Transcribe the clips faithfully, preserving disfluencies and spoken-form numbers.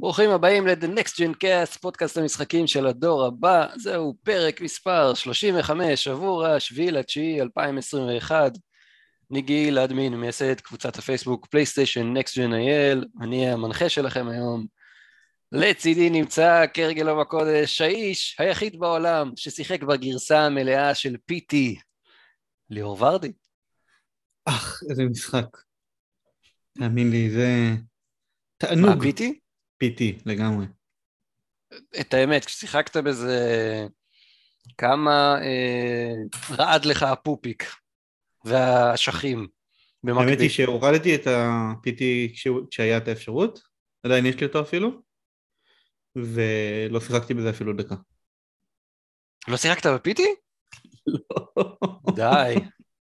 ברוכים הבאים ל-The Next Gen Cast, פודקאסט המשחקים של הדור הבא. זהו פרק מספר שלושים וחמש עבור השביעי לתשיעי אלפיים עשרים ואחת. אני גיל אדמין, מייסד קבוצת הפייסבוק פלייסטיישן Next Gen איי אל. אני המנחה שלכם היום. לצידי נמצא כרגלו בקודש האיש היחיד בעולם ששיחק בגרסה המלאה של פי טי, ליאור ורדי. אך, איזה משחק. תאמין לי, זה תענוג. מה, פי טי? פי טי, לגמרי. את האמת, כששיחקת בזה, כמה אה, רעד לך הפופיק והשכים במקביל? האמת היא שהורדתי את ה-פי טי כשהיה את האפשרות, עדיין יש לי אותו אפילו, ולא שיחקתי בזה אפילו דקה. לא שיחקת בפי טי? לא. די.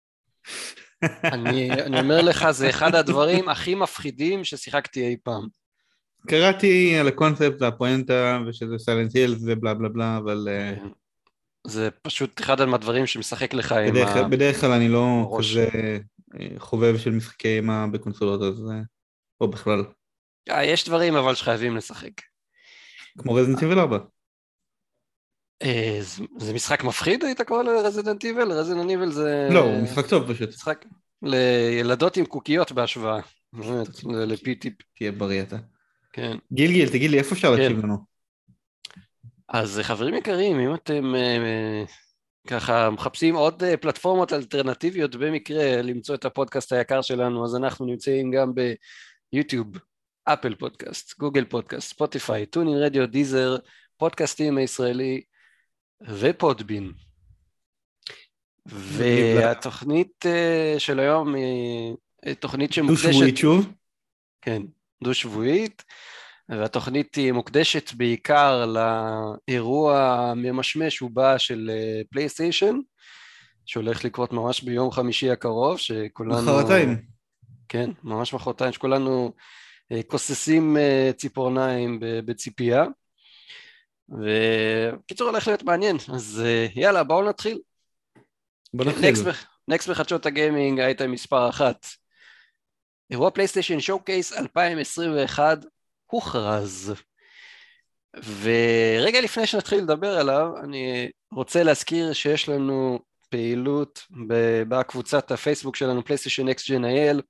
אני, אני אומר לך, זה אחד הדברים הכי מפחידים ששיחקתי אי פעם. קראתי על הקונספט והפואנטה, ושזה סיילנט היל ובלה בלה בלה, אבל... זה פשוט אחד מהדברים שמשחק לך עם בדרך, ה... בדרך כלל אני לא ראש. כזה חובב של משחקי אימה בקונסולות, אז... או בכלל. יש דברים אבל שחייבים לשחק. כמו רזידנט איבל ארבע. זה, זה משחק מפחיד, היית קורא לרזידנט איבל? רזידנט איבל זה... לא, הוא משחק טוב פשוט. משחק לילדות עם קוקיות בהשוואה. לפי טיפ. תהיה בריא אתה. כן. גיל גיל, תגיד לי, איפה אפשר להקשיב לנו? אז חברים יקרים, אם אתם ככה מחפשים עוד פלטפורמות אלטרנטיביות במקרה למצוא את הפודקאסט היקר שלנו, אז אנחנו נמצאים גם ביוטיוב, אפל פודקאסט, גוגל פודקאסט, ספוטיפיי, טונין רדיו, דיזר, פודקאסטים הישראלי ופודבין. והתוכנית של היום היא תוכנית שמוקדשת... דו שבועית שוב? כן, דו שבועית. והתוכנית היא מוקדשת בעיקר לאירוע הממשמש ובא של פלייסטיישן, שהולך לקרות ממש ביום חמישי הקרוב, שכולנו... מחרתיים. כן, ממש מחרתיים, שכולנו כוססים ציפורניים בציפייה. וקיצור הולך להיות מעניין, אז יאללה, בואו נתחיל. בואו נתחיל. נקסט בחדשות הגיימינג, הייתה מספר אחת. אירוע פלייסטיישן שואו-קייס אלפיים עשרים ואחת, הוכרז. ורגע לפני שנתחיל לדבר עליו, אני רוצה להזכיר שיש לנו פעילות בקבוצת הפייסבוק שלנו, פלייסטיישן Next Gen איי אל,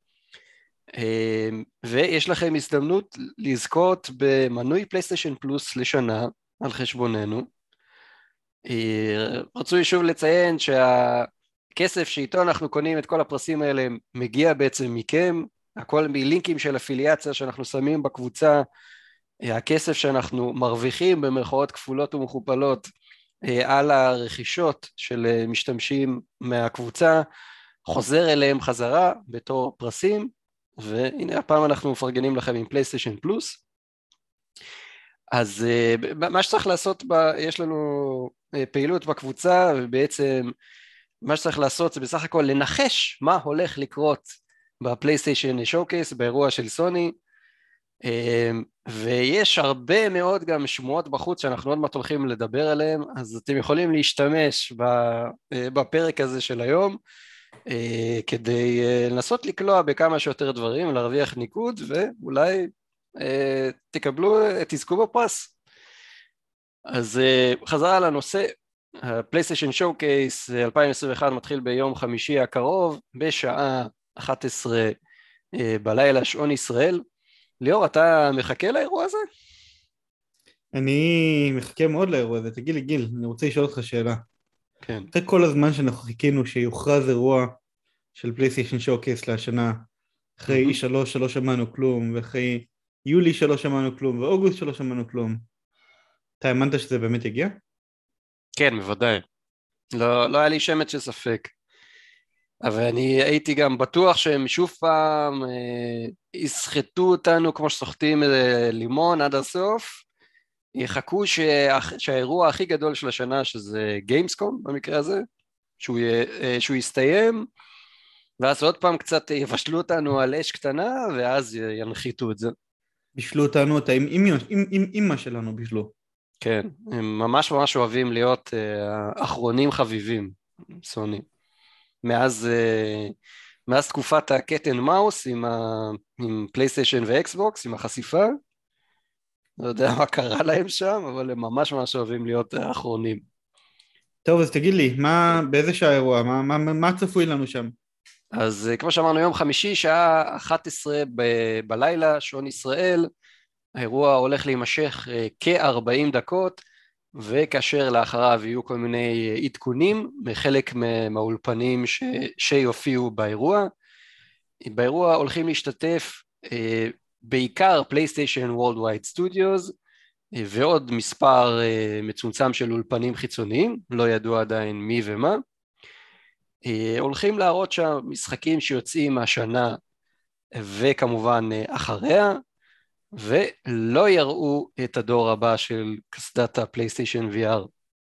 ויש לכם הזדמנות לזכות במנוי פלייסטיישן פלוס לשנה על חשבוננו. רצוי שוב לציין שהכסף שאיתו אנחנו קונים את כל הפרסים האלה מגיע בעצם מכם, הכל מלינקים של אפיליאציה שאנחנו שמים בקבוצה, הכסף שאנחנו מרוויחים במרכאות כפולות ומכופלות על הרכישות של משתמשים מהקבוצה, חוזר אליהם חזרה בתור פרסים, והנה הפעם אנחנו מפרגנים לכם עם פלייסטיישן פלוס. אז מה שצריך לעשות, יש לנו פעילות בקבוצה, ובעצם מה שצריך לעשות זה בסך הכל לנחש מה הולך לקרות בפלייסטיישן שואו-קייס, באירוע של סוני, ויש הרבה מאוד גם שמועות בחוץ שאנחנו עוד מעט הולכים לדבר עליהם, אז אתם יכולים להשתמש בפרק הזה של היום, כדי לנסות לקלוע בכמה שיותר דברים, להרוויח ניקוד, ואולי תקבלו, תזכו בפרס. אז חזרה לנושא, הפלייסטיישן שואו-קייס אלפיים עשרים ואחת מתחיל ביום חמישי הקרוב, בשעה אחת עשרה בלילה שעון ישראל. ליאור, אתה מחכה לאירוע הזה? אני מחכה מאוד לאירוע הזה. תגיד לי גיל, אני רוצה לשאול אותך שאלה. כן. אחרי כל הזמן שאנחנו חיכינו שיוכרז אירוע של פלייסטיישן שואו-קייס להשנה, אחרי אי שלוש שלא שמענו כלום, ואחרי יולי שלא שמענו כלום, ואוגוסט שלא שמענו כלום, אתה האמנת שזה באמת יגיע? כן, בוודאי. לא, לא היה לי שמץ של ספק. אבל אני הייתי גם בטוח שהם שוב פעם אה, יסחטו אותנו כמו שסוחטים אה, לימון עד הסוף, יחכו שה, שהאירוע הכי גדול של השנה, שזה גיימסקום במקרה הזה, שהוא, אה, שהוא יסתיים, ואז עוד פעם קצת יבשלו אותנו על אש קטנה, ואז ינחיתו את זה. בישלו אותנו, אותה עם אמא שלנו בישלו. כן, הם ממש ממש אוהבים להיות אה, אחרונים חביבים, סוני. מאז, מאז תקופת הקט אנד מאוס עם, ה, עם פלייסטיישן ואקסבוקס, עם החשיפה, לא יודע מה קרה להם שם, אבל הם ממש ממש אוהבים להיות האחרונים. טוב, אז תגיד לי, מה, באיזה שעה האירוע? מה, מה, מה צפוי לנו שם? אז כמו שאמרנו, יום חמישי, שעה אחת עשרה ב- בלילה, שעון ישראל, האירוע הולך להימשך כ-ארבעים דקות, וכאשר לאחריו יהיו כל מיני עדכונים מחלק מהאולפנים ש... שיופיעו באירוע. באירוע הולכים להשתתף אה, בעיקר פלייסטיישן וורלדווייד סטודיוס, אה, ועוד מספר אה, מצומצם של אולפנים חיצוניים, לא ידוע עדיין מי ומה. אה, הולכים להראות שם משחקים שיוצאים השנה וכמובן אה, אחריה, ולא יראו את הדור הבא של קסדת הפלייסטיישן וי אר.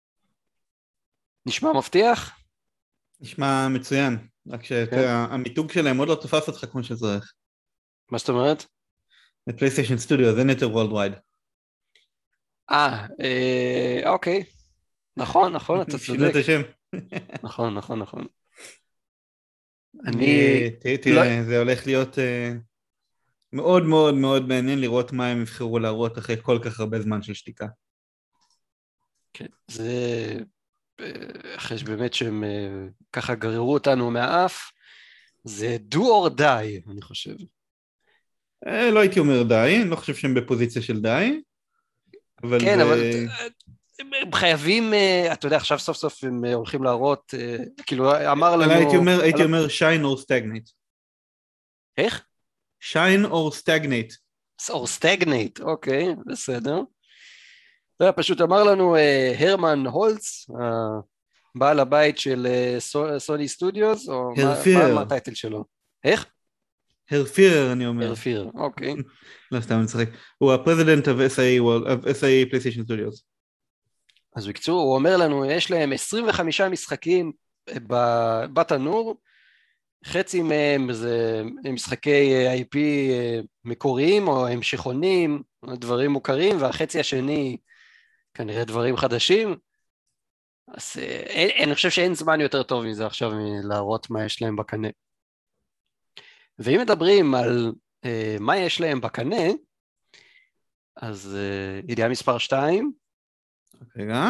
נשמע מבטיח? נשמע מצוין, רק שהמיתוג שלהם עוד לא תופס אותך כמו שצריך. מה זאת אומרת? את פלייסטיישן סטודיו, זה נטר וורלדווייד. אה, אה, אוקיי. נכון, נכון, אתה שינו צודק. את השם. נכון, נכון, נכון. אני... אה, תראה, לא... תראה, זה הולך להיות אה, מאוד מאוד מאוד מעניין לראות מה הם יבחרו להראות אחרי כל כך הרבה זמן של שתיקה. כן, זה... אה, אחרי שבאמת שהם אה, ככה גררו אותנו מהאף, זה do or die, אני חושב. אה, לא הייתי אומר די, אני לא חושב שהם בפוזיציה של די, אבל כן, זה... אבל הם חייבים, אה, אתה יודע, עכשיו סוף סוף הם אה, הולכים להראות, אה, כאילו אמר לנו... הייתי אומר, הייתי על... אומר shine or stagnate. איך? shine or stagnate. or stagnate, אוקיי, בסדר. זה פשוט אמר לנו אה, הרמן הולץ, אה, בעל הבית של סוני סטודיוס, או מה, מה, מה הטייטל שלו? איך? הרפירר אני אומר. הרפירר, אוקיי. לא סתם אני משחק. הוא הפרזידנט of אס איי of אס איי PlayStation Studios. אז בקצור, הוא אומר לנו, יש להם עשרים וחמישה משחקים בתנור, חצי מהם זה משחקי איי פי מקוריים, או המשכונים, דברים מוכרים, והחצי השני כנראה דברים חדשים. אז אין, אני חושב שאין זמן יותר טוב מזה עכשיו להראות מה יש להם בקנה. ואם מדברים על uh, מה יש להם בקנה, אז uh, ידיעה מספר שתיים. רגע.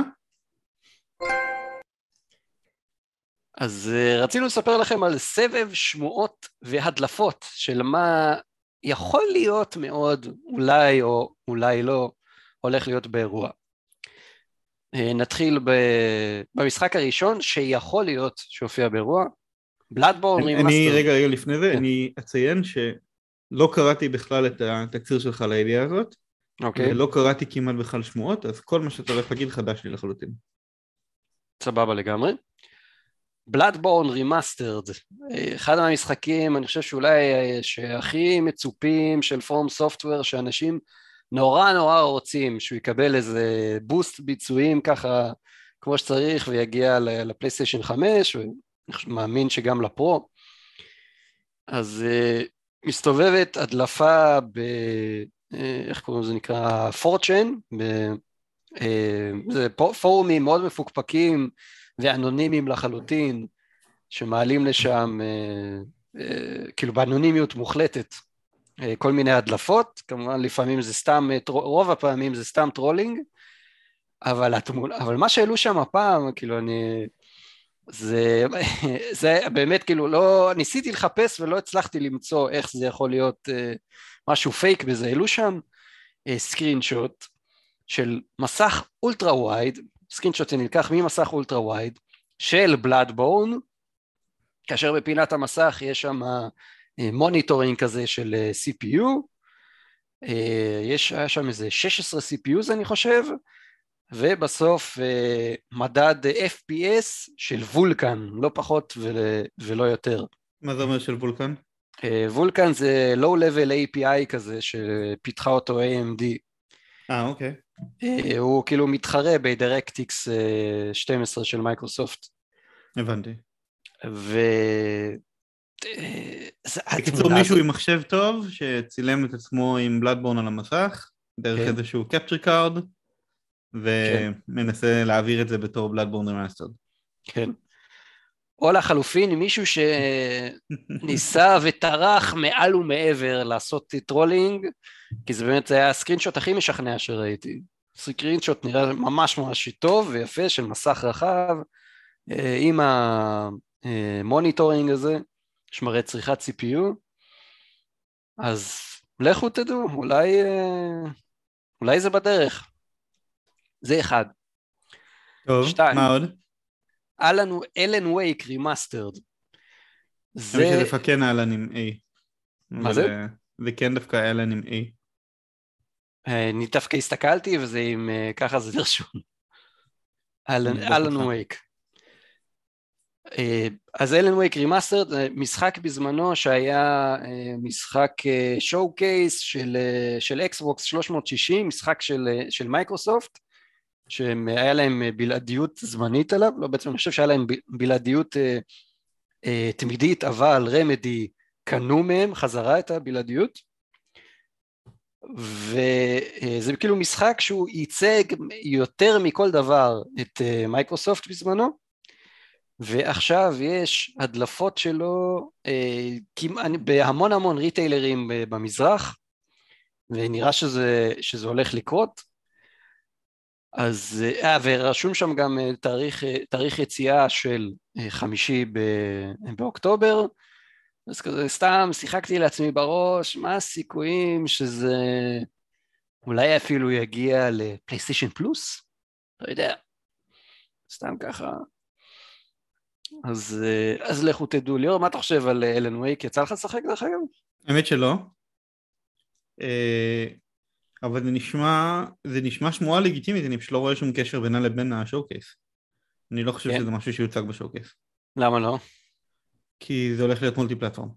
אז uh, רצינו לספר לכם על סבב שמועות והדלפות של מה יכול להיות מאוד, אולי או אולי לא, הולך להיות באירוע. נתחיל במשחק הראשון שיכול להיות שהופיע באירוע, בלאדבורן רימאסטר. אני רגע רגע לפני זה, אני אציין שלא קראתי בכלל את התקציר שלך לידיעה הזאת, ולא קראתי כמעט בכלל שמועות, אז כל מה שאתה הולך להגיד חדש לי לחלוטין. סבבה לגמרי. בלאדבורן רימאסטרד, אחד מהמשחקים, אני חושב שאולי שהכי מצופים של פורם סופטוור, שאנשים נורא נורא רוצים שהוא יקבל איזה בוסט ביצועים ככה כמו שצריך ויגיע לפלייסטיישן חמש, ואני מאמין שגם לפרו. אז uh, מסתובבת הדלפה ב... Uh, איך קוראים לזה נקרא? פורצ'ן, ב... uh, זה פורומים מאוד מפוקפקים ואנונימיים לחלוטין, שמעלים לשם uh, uh, כאילו באנונימיות מוחלטת, כל מיני הדלפות, כמובן לפעמים זה סתם, רוב הפעמים זה סתם טרולינג, אבל, התמול, אבל מה שהעלו שם הפעם, כאילו אני, זה, זה באמת כאילו לא, ניסיתי לחפש ולא הצלחתי למצוא איך זה יכול להיות uh, משהו פייק בזה, העלו שם סקרינשוט uh, של מסך אולטרה ווייד, סקרינשוט שנלקח ממסך אולטרה ווייד, של בלאדבורן, כאשר בפינת המסך יש שם מוניטורינג כזה של סי פי יו, יש שם איזה שש עשרה סי פי יו אני חושב, ובסוף מדד אף פי אס של וולקן, לא פחות ולא יותר. מה זה אומר של וולקן? וולקן זה low level איי פי איי כזה שפיתחה אותו איי אם די. אה אוקיי. הוא כאילו מתחרה ב-DirectX שתים עשרה של מייקרוסופט. הבנתי. ו... בקיצור מישהו עם מחשב טוב שצילם את עצמו עם בלאדבורן על המסך דרך איזשהו קפצ'ר קארד ומנסה להעביר את זה בתור בלאדבורן רימאסטרד. כן. או לחלופין מישהו שניסה וטרח מעל ומעבר לעשות טרולינג, כי זה באמת היה הסקרינשוט הכי משכנע שראיתי. סקרינשוט נראה ממש ממש טוב ויפה של מסך רחב, עם המוניטורינג הזה, יש מראה צריכת סי פי יו, אז לכו תדעו, אולי, אולי זה בדרך. זה אחד. טוב, שתיים, מה עוד? אלן, אלן וייק רימאסטרד. זה... האמת שזה דווקא כן אלן עם A. מה זה? זה כן דווקא אלן עם A. אני דווקא הסתכלתי וזה עם, ככה זה נרשום. אלן וייק. אז אלן וייק רימאסטרד, משחק בזמנו שהיה משחק שואו קייס של, של אקסבוקס שלוש מאות שישים, משחק של, של מייקרוסופט, שהיה להם בלעדיות זמנית עליו, לא בעצם אני חושב שהיה להם בלעדיות תמידית, אבל רמדי קנו מהם חזרה את הבלעדיות, וזה כאילו משחק שהוא ייצג יותר מכל דבר את מייקרוסופט בזמנו, ועכשיו יש הדלפות שלו בהמון המון ריטיילרים במזרח, ונראה שזה, שזה הולך לקרות, אז, אה, ורשום שם גם תאריך, תאריך יציאה של חמישי באוקטובר, אז כזה סתם שיחקתי לעצמי בראש, מה הסיכויים שזה אולי אפילו יגיע לפלייסטיישן פלוס? לא יודע, סתם ככה. אז, אז לכו תדעו. ליאור, מה אתה חושב על אלן וייק? יצא לך לשחק דרך אגב? האמת שלא. אבל זה נשמע, זה נשמע שמועה לגיטימית, אני פשוט לא רואה שום קשר בינה לבין השואו-קייס. אני לא חושב שזה משהו שיוצג בשואו-קייס. למה לא? כי זה הולך להיות מולטי-פלטפורם.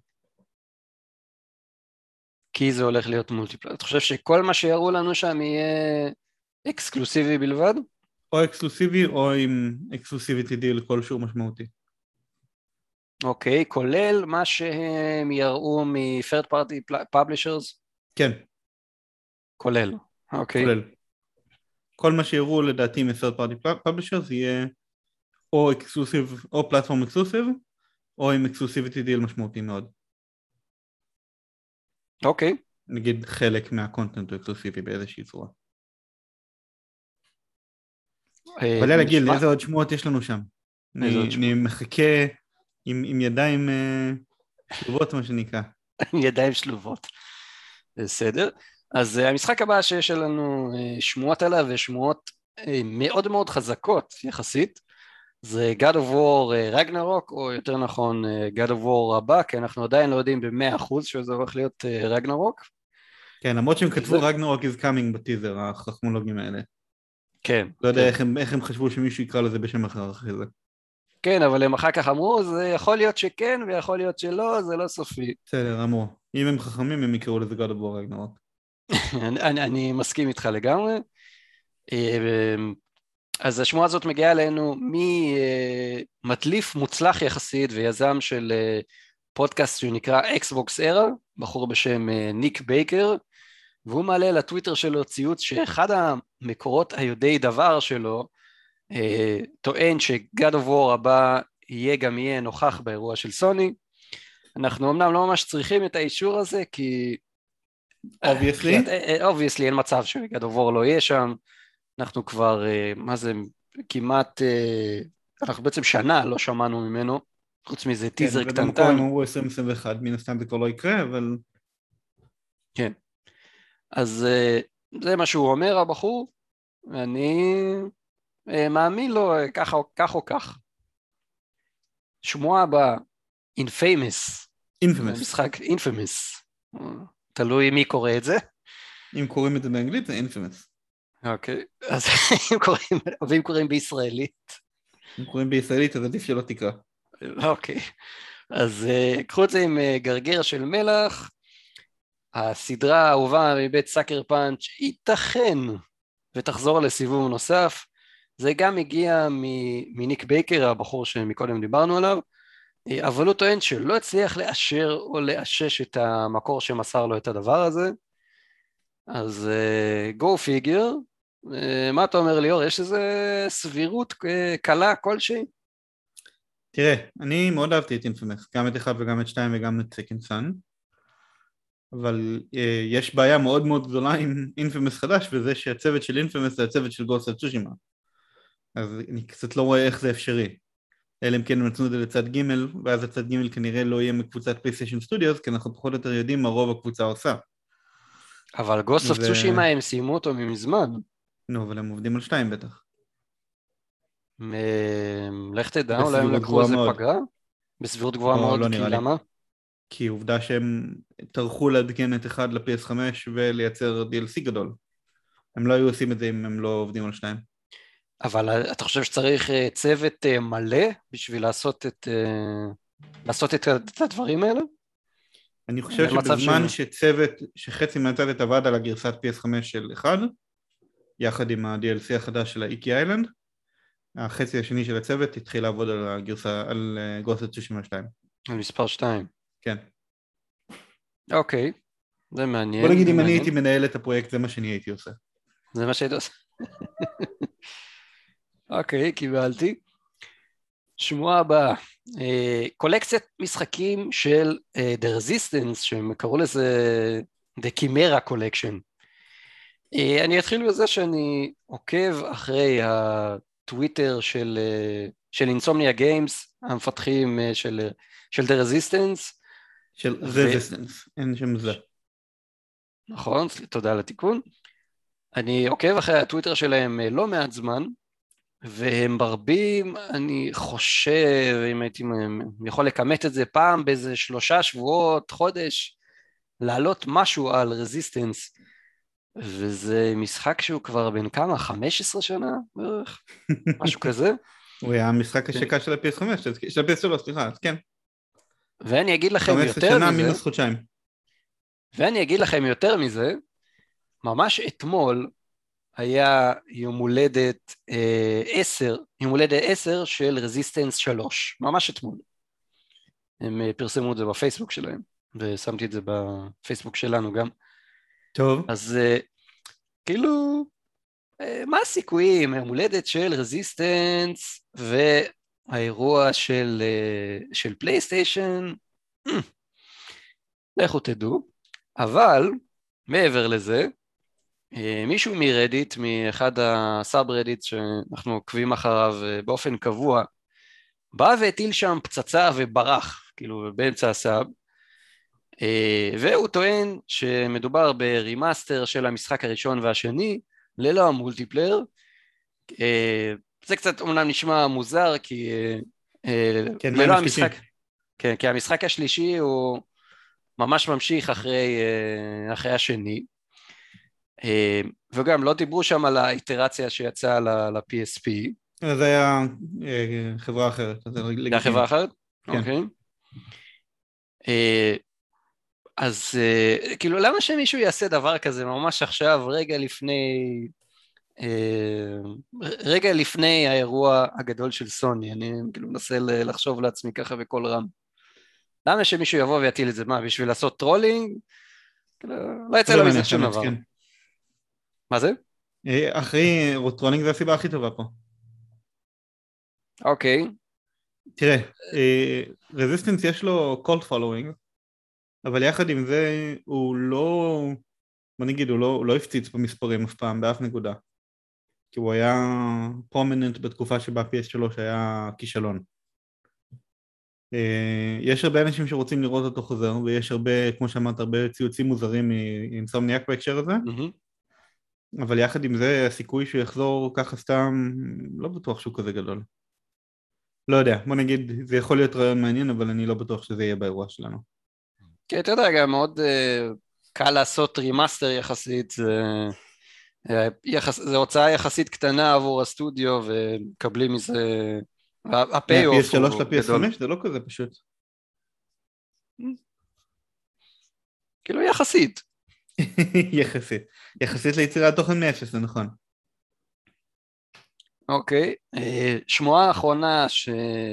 כי זה הולך להיות מולטי-פלטפורם. אתה חושב שכל מה שיראו לנו שם יהיה אקסקלוסיבי בלבד? או אקסקלוסיבי או עם אקסקלוסיביטי דיל כלשהו משמעותי. אוקיי, כולל מה שהם יראו מ-third party publishers? כן. כולל, אוקיי. כולל. כל מה שיראו לדעתי מ-third party publishers יהיה או אקסקלוסיב, או פלטפורם אקסקלוסיב, או עם אקסקלוסיביטי דיל משמעותי מאוד. אוקיי. נגיד חלק מהקונטנט הוא אקסקלוסיבי באיזושהי צורה. אבל יאללה גיל, איזה עוד שמועות יש לנו שם? אני מחכה עם ידיים שלובות מה שנקרא. ידיים שלובות. בסדר. אז המשחק הבא שיש לנו שמועות עליו ושמועות מאוד מאוד חזקות יחסית, זה God of War Ragnarok, או יותר נכון God of War הבא, כי אנחנו עדיין לא יודעים ב-מאה אחוז שזה הולך להיות Ragnarok. כן, למרות שהם כתבו Ragnarok is coming בטיזר, החכמולוגים האלה. כן. לא יודע איך הם, איך הם חשבו שמישהו יקרא לזה בשם אחר אחרי זה. כן, אבל הם אחר כך אמרו, זה יכול להיות שכן ויכול להיות שלא, זה לא סופי. בסדר, אמרו. אם הם חכמים הם יקראו לזה God of War Ragnarok. אני, אני מסכים איתך לגמרי. אז השמועה הזאת מגיעה אלינו ממטליף מוצלח יחסית ויזם של פודקאסט שנקרא Xbox Era, בחור בשם ניק בייקר, והוא מעלה לטוויטר שלו ציוץ שאחד המקורות היודעי דבר שלו טוען ש-God of War הבא יהיה גם יהיה נוכח באירוע של סוני. אנחנו אמנם לא ממש צריכים את האישור הזה כי obviously, obviously אין מצב ש-God of War לא יהיה שם. אנחנו כבר, מה זה, כמעט, אנחנו בעצם שנה לא שמענו ממנו, חוץ מזה טיזר קטנטן. ובמקור הם אמרו עשרים עשרים ואחת, מן הסתם זה כבר לא יקרה, אבל... כן. אז זה מה שהוא אומר, הבחור, ואני מאמין לו כך או כך או כך. שמועה הבאה, Infamous. Infamous. משחק Infamous. תלוי מי קורא את זה. אם קוראים את זה באנגלית זה Infamous. אוקיי, אז אם קוראים, ואם קוראים בישראלית? אם קוראים בישראלית אז עדיף שלא תקרא. אוקיי, אז קחו את זה עם גרגר של מלח, הסדרה האהובה מבית סאקר פאנץ' ייתכן ותחזור לסיבוב נוסף, זה גם הגיע מניק בייקר, הבחור שמקודם דיברנו עליו, אבל הוא טוען שלא הצליח לאשר או לאשש את המקור שמסר לו את הדבר הזה, אז uh, go figure, uh, מה אתה אומר ליאור, יש איזה סבירות uh, קלה כלשהי? תראה, אני מאוד אהבתי את אינפימוס, גם את אחד וגם את שתיים וגם את סקנד סאן, אבל אה, יש בעיה מאוד מאוד גדולה עם אינפימוס חדש, וזה שהצוות של אינפימוס זה הצוות של גוסט אוף טסושימה, אז אני קצת לא רואה איך זה אפשרי, אלא אם כן נתנו את זה לצד ג', ואז הצד ג' כנראה לא יהיה מקבוצת פלייסטיישן סטודיוס, כי אנחנו פחות או יותר יודעים מה רוב הקבוצה עושה. אבל גוסט אוף ו... טסושימה הם סיימו אותו מזמן. נו, אבל הם עובדים על שתיים בטח. מ- לך תדע, אולי הם בסבירות לקחו גבוהה איזה מאוד. פגרה? בסבירות גבוהה לא, מאוד, לא כי נראה לי. למה? כי עובדה שהם טרחו לעדכן את אחד ל-פי אס חמש ולייצר די אל סי גדול. הם לא היו עושים את זה אם הם לא עובדים על שניים. אבל אתה חושב שצריך אה, צוות אה, מלא בשביל לעשות את, אה, לעשות את, את הדברים האלה? אני חושב במצב שבזמן שהם... שצוות, שחצי מהצוות עבד על הגרסת פי אס חמש של אחד, יחד עם ה-די אל סי החדש של האיקי איילנד, החצי השני של הצוות התחיל לעבוד על הגרסה, על גוסט אוף טסושימה שתיים. על מספר שתיים. כן. אוקיי, זה מעניין. בוא נגיד זה אם אני מעניין. הייתי מנהל את הפרויקט, זה מה שאני הייתי עושה. זה מה שהיית עושה. אוקיי, קיבלתי. שמועה הבאה, קולקציית משחקים של uh, The Resistance, שהם קראו לזה The Chimera Collection. Uh, אני אתחיל בזה שאני עוקב אחרי הטוויטר של, uh, של אינסומניה גיימס, המפתחים uh, של, של The Resistance. של ו... Resistance, אין שם זה. נכון, תודה על התיקון. אני עוקב אחרי הטוויטר שלהם uh, לא מעט זמן, והם מרבים, אני חושב, אם הייתי יכול לקמת את זה פעם באיזה שלושה שבועות, חודש, לעלות משהו על רזיסטנס, וזה משחק שהוא כבר בין כמה, חמש עשרה שנה בערך, משהו כזה. הוא היה המשחק השקה של ה-פי אס חמש, של ה-פי אס שלוש, סליחה, כן. ואני אגיד לכם חמש יותר עשרה שנה מזה, מינוס חודשיים. ואני אגיד לכם יותר מזה, ממש אתמול, היה יום הולדת אה, עשר, יום הולדת עשר של רזיסטנס שלוש, ממש אתמול. הם אה, פרסמו את זה בפייסבוק שלהם, ושמתי את זה בפייסבוק שלנו גם. טוב. אז אה, כאילו, אה, מה הסיכויים? יום הולדת של רזיסטנס והאירוע של, אה, של פלייסטיישן, לכו תדעו, אבל מעבר לזה, מישהו מרדיט, מאחד הסאב רדיט שאנחנו עוקבים אחריו באופן קבוע, בא והטיל שם פצצה וברח, כאילו באמצע הסאב, והוא טוען שמדובר ברימאסטר של המשחק הראשון והשני, ללא המולטיפלייר. זה קצת אומנם נשמע מוזר, כי כן, ללא המשחק, כן, כי המשחק השלישי הוא ממש ממשיך אחרי, אחרי השני, וגם לא דיברו שם על האיטרציה שיצאה ל-פי אס פי. זה היה חברה אחרת. זה היה חברה אחרת? כן. אוקיי. אז כאילו למה שמישהו יעשה דבר כזה ממש עכשיו, רגע לפני, רגע לפני האירוע הגדול של סוני? אני כאילו מנסה לחשוב לעצמי ככה בכל רם. למה שמישהו יבוא ויטיל את זה? מה, בשביל לעשות טרולינג? לא יצא לו מזה שום דבר. מה זה? אחרי רוטרולינג זה הסיבה הכי טובה פה. אוקיי. תראה, רזיסטנס יש לו קולט פולווינג, אבל יחד עם זה הוא לא, בוא נגיד, הוא לא, הוא לא הפציץ במספרים אף פעם, באף נקודה. כי הוא היה פרומיננט בתקופה שבה פי אס שלוש היה כישלון. יש הרבה אנשים שרוצים לראות אותו חוזר, ויש הרבה, כמו שאמרת, הרבה ציוצים מוזרים מאינסומניאק בהקשר הזה. אבל יחד עם זה, הסיכוי שהוא יחזור ככה סתם, לא בטוח שהוא כזה גדול. לא יודע, בוא נגיד, זה יכול להיות רעיון מעניין, אבל אני לא בטוח שזה יהיה באירוע שלנו. כן, אתה יודע, גם מאוד uh, קל לעשות רימאסטר יחסית, זה, uh, יחס, זה הוצאה יחסית קטנה עבור הסטודיו, ומקבלים מזה, הפי-אוף הוא גדול. מה-פי אס שלוש ל-פי אס חמש זה לא כזה פשוט. כאילו יחסית. יחסית. יחסית ליצירת תוכן מאפס, זה נכון. אוקיי, שמועה האחרונה ש...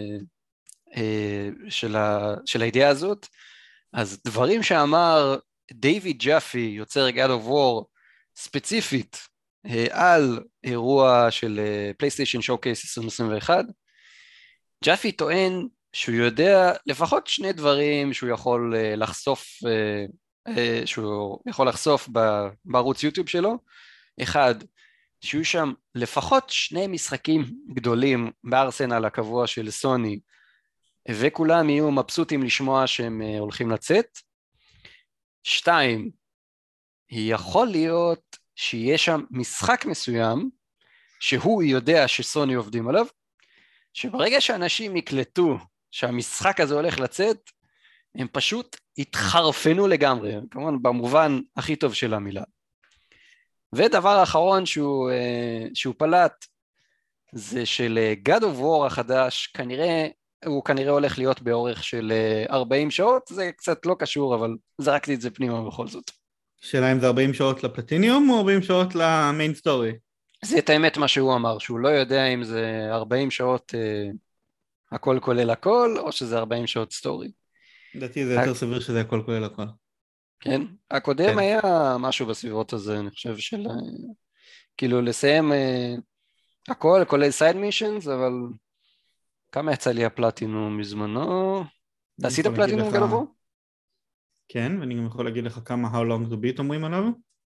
של, ה... של הידיעה הזאת, אז דברים שאמר דיוויד ג'אפי, יוצר God of War, ספציפית על אירוע של פלייסטיישן שואוקייס עשרים עשרים ואחת, ג'אפי טוען שהוא יודע לפחות שני דברים שהוא יכול לחשוף, שהוא יכול לחשוף בערוץ יוטיוב שלו. אחד, שיהיו שם לפחות שני משחקים גדולים בארסנל הקבוע של סוני, וכולם יהיו מבסוטים לשמוע שהם הולכים לצאת. שתיים, יכול להיות שיהיה שם משחק מסוים שהוא יודע שסוני עובדים עליו, שברגע שאנשים יקלטו שהמשחק הזה הולך לצאת, הם פשוט התחרפנו לגמרי, כמובן במובן הכי טוב של המילה. ודבר האחרון שהוא, שהוא פלט, זה של God of War החדש, כנראה, הוא כנראה הולך להיות באורך של ארבעים שעות, זה קצת לא קשור, אבל זרקתי את זה פנימה בכל זאת. שאלה אם זה ארבעים שעות לפלטיניום או ארבעים שעות למיין סטורי? זה את האמת מה שהוא אמר, שהוא לא יודע אם זה ארבעים שעות אה, הכל כולל הכל, או שזה ארבעים שעות סטורי. לדעתי זה יותר סביר שזה הכל כולל הכל. כן, הקודם כן. היה משהו בסביבות הזה, אני חושב של, כאילו לסיים אה, הכל, כולל סייד מישנס, אבל כמה יצא לי הפלטינום מזמנו? אתה עשית פלטינום לך... גלובו? כן, ואני גם יכול להגיד לך כמה How Long to Beat אומרים עליו.